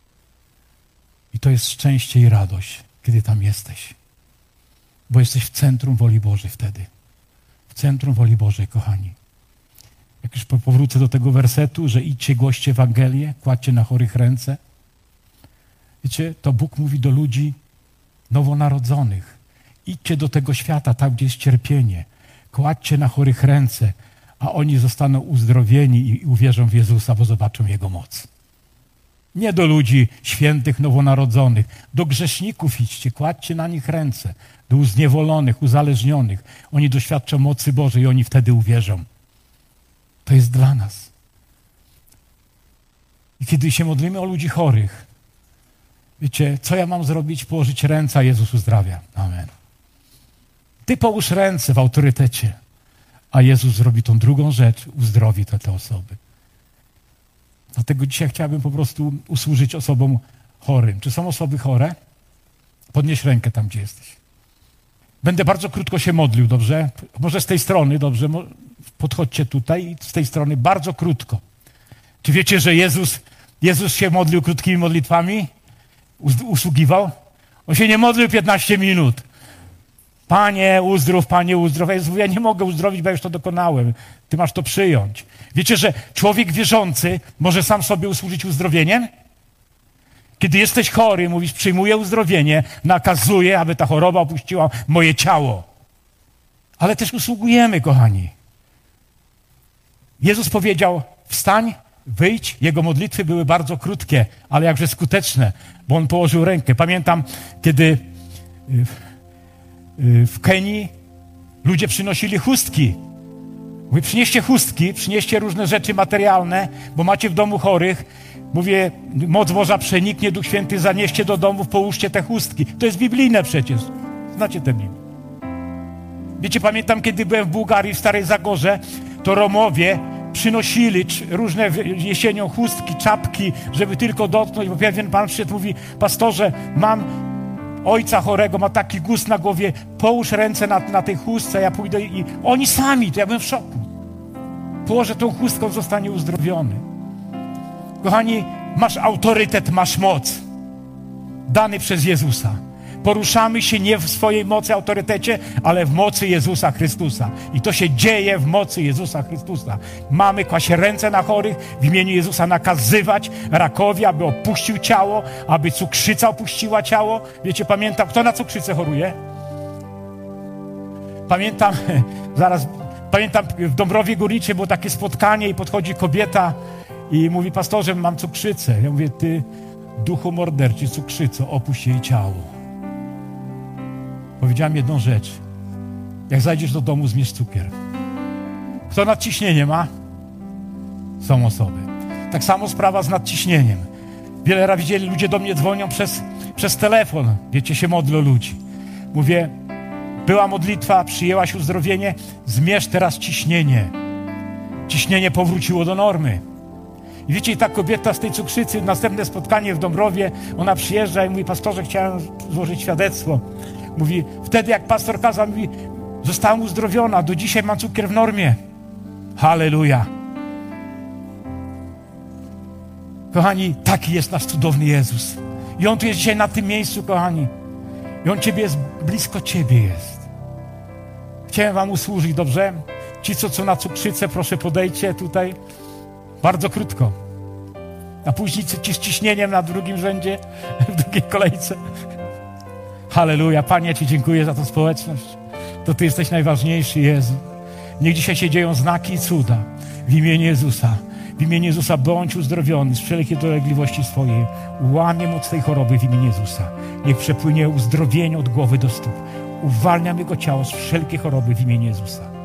I to jest szczęście i radość, kiedy tam jesteś. Bo jesteś w centrum woli Bożej wtedy. W centrum woli Bożej, kochani. Jak już powrócę do tego wersetu, że idźcie, głoście Ewangelię, kładźcie na chorych ręce. Wiecie, to Bóg mówi do ludzi nowonarodzonych. Idźcie do tego świata, tam gdzie jest cierpienie. Kładźcie na chorych ręce, a oni zostaną uzdrowieni i uwierzą w Jezusa, bo zobaczą Jego moc. Nie do ludzi świętych, nowonarodzonych. Do grzeszników idźcie, kładźcie na nich ręce. Do uzniewolonych, uzależnionych. Oni doświadczą mocy Bożej i oni wtedy uwierzą. To jest dla nas. I kiedy się modlimy o ludzi chorych, wiecie, co ja mam zrobić? Położyć ręce, a Jezus uzdrawia. Amen. Ty połóż ręce w autorytecie, a Jezus zrobi tą drugą rzecz, uzdrowi te osoby. Dlatego dzisiaj chciałbym po prostu usłużyć osobom chorym. Czy są osoby chore? Podnieś rękę tam, gdzie jesteś. Będę bardzo krótko się modlił, dobrze? Może z tej strony, dobrze? Podchodźcie tutaj i z tej strony bardzo krótko. Czy wiecie, że Jezus się modlił krótkimi modlitwami? Usługiwał? On się nie modlił 15 minut. Panie uzdrów, Panie uzdrów. Jezus mówi, ja nie mogę uzdrowić, bo ja już to dokonałem. Ty masz to przyjąć. Wiecie, że człowiek wierzący może sam sobie usłużyć uzdrowieniem? Kiedy jesteś chory, mówisz, przyjmuję uzdrowienie, nakazuję, aby ta choroba opuściła moje ciało. Ale też usługujemy, kochani. Jezus powiedział, wstań, wyjdź. Jego modlitwy były bardzo krótkie, ale jakże skuteczne, bo On położył rękę. Pamiętam, kiedy w Kenii ludzie przynosili chustki. Mówię, przynieście chustki, przynieście różne rzeczy materialne, bo macie w domu chorych. Mówię, moc Boża przeniknie, Duch Święty zanieście do domów, połóżcie te chustki. To jest biblijne przecież. Znacie tę Biblię. Wiecie, pamiętam, kiedy byłem w Bułgarii, w Starej Zagorze, to Romowie przynosili różne jesienią chustki, czapki, żeby tylko dotknąć, bo pewien pan przyszedł, mówi, pastorze, mam ojca chorego, ma taki guz na głowie, połóż ręce na tej chustce, ja pójdę i oni sami, to ja byłem w szoku. Położę tą chustką, zostanie uzdrowiony. Kochani, Masz autorytet, masz moc. Dany przez Jezusa. Poruszamy się nie w swojej mocy, autorytecie, ale w mocy Jezusa Chrystusa. I to się dzieje w mocy Jezusa Chrystusa. Mamy kłaść ręce na chorych, w imieniu Jezusa nakazywać rakowi, aby opuścił ciało, aby cukrzyca opuściła ciało. Wiecie, pamiętam, kto na cukrzycę choruje? Pamiętam w Dąbrowie Górniczej było takie spotkanie i podchodzi kobieta i mówi: pastorze, mam cukrzycę. Ja mówię: ty, duchu morderczy, cukrzyco, opuść jej ciało. Powiedziałem jedną rzecz. Jak zajdziesz do domu, zmierz cukier. Kto nadciśnienie ma? Są osoby. Tak samo sprawa z nadciśnieniem. Wiele razy widzieli, ludzie do mnie dzwonią przez telefon. Wiecie, się modlą ludzi. Mówię: była modlitwa, przyjęłaś uzdrowienie, zmierz teraz ciśnienie. Ciśnienie powróciło do normy. I wiecie, i ta kobieta z tej cukrzycy, następne spotkanie w Dąbrowie, ona przyjeżdża i mówi: pastorze, chciałem złożyć świadectwo. Mówi: wtedy jak pastor kazał, mówi: zostałam uzdrowiona, do dzisiaj mam cukier w normie. Halleluja. Kochani, taki jest nasz cudowny Jezus. I On tu jest dzisiaj na tym miejscu, kochani. I On blisko Ciebie jest. Chciałem wam usłużyć, dobrze? Ci, co na cukrzycę, proszę podejdźcie tutaj. Bardzo krótko. A później ci z ciśnieniem na drugim rzędzie, w drugiej kolejce. Halleluja. Panie, ja Ci dziękuję za tę społeczność. To Ty jesteś najważniejszy, Jezu. Niech dzisiaj się dzieją znaki i cuda. W imieniu Jezusa. W imieniu Jezusa bądź uzdrowiony z wszelkiej dolegliwości swojej. Łamie moc tej choroby w imieniu Jezusa. Niech przepłynie uzdrowienie od głowy do stóp. Uwalniam Jego ciało z wszelkiej choroby w imieniu Jezusa.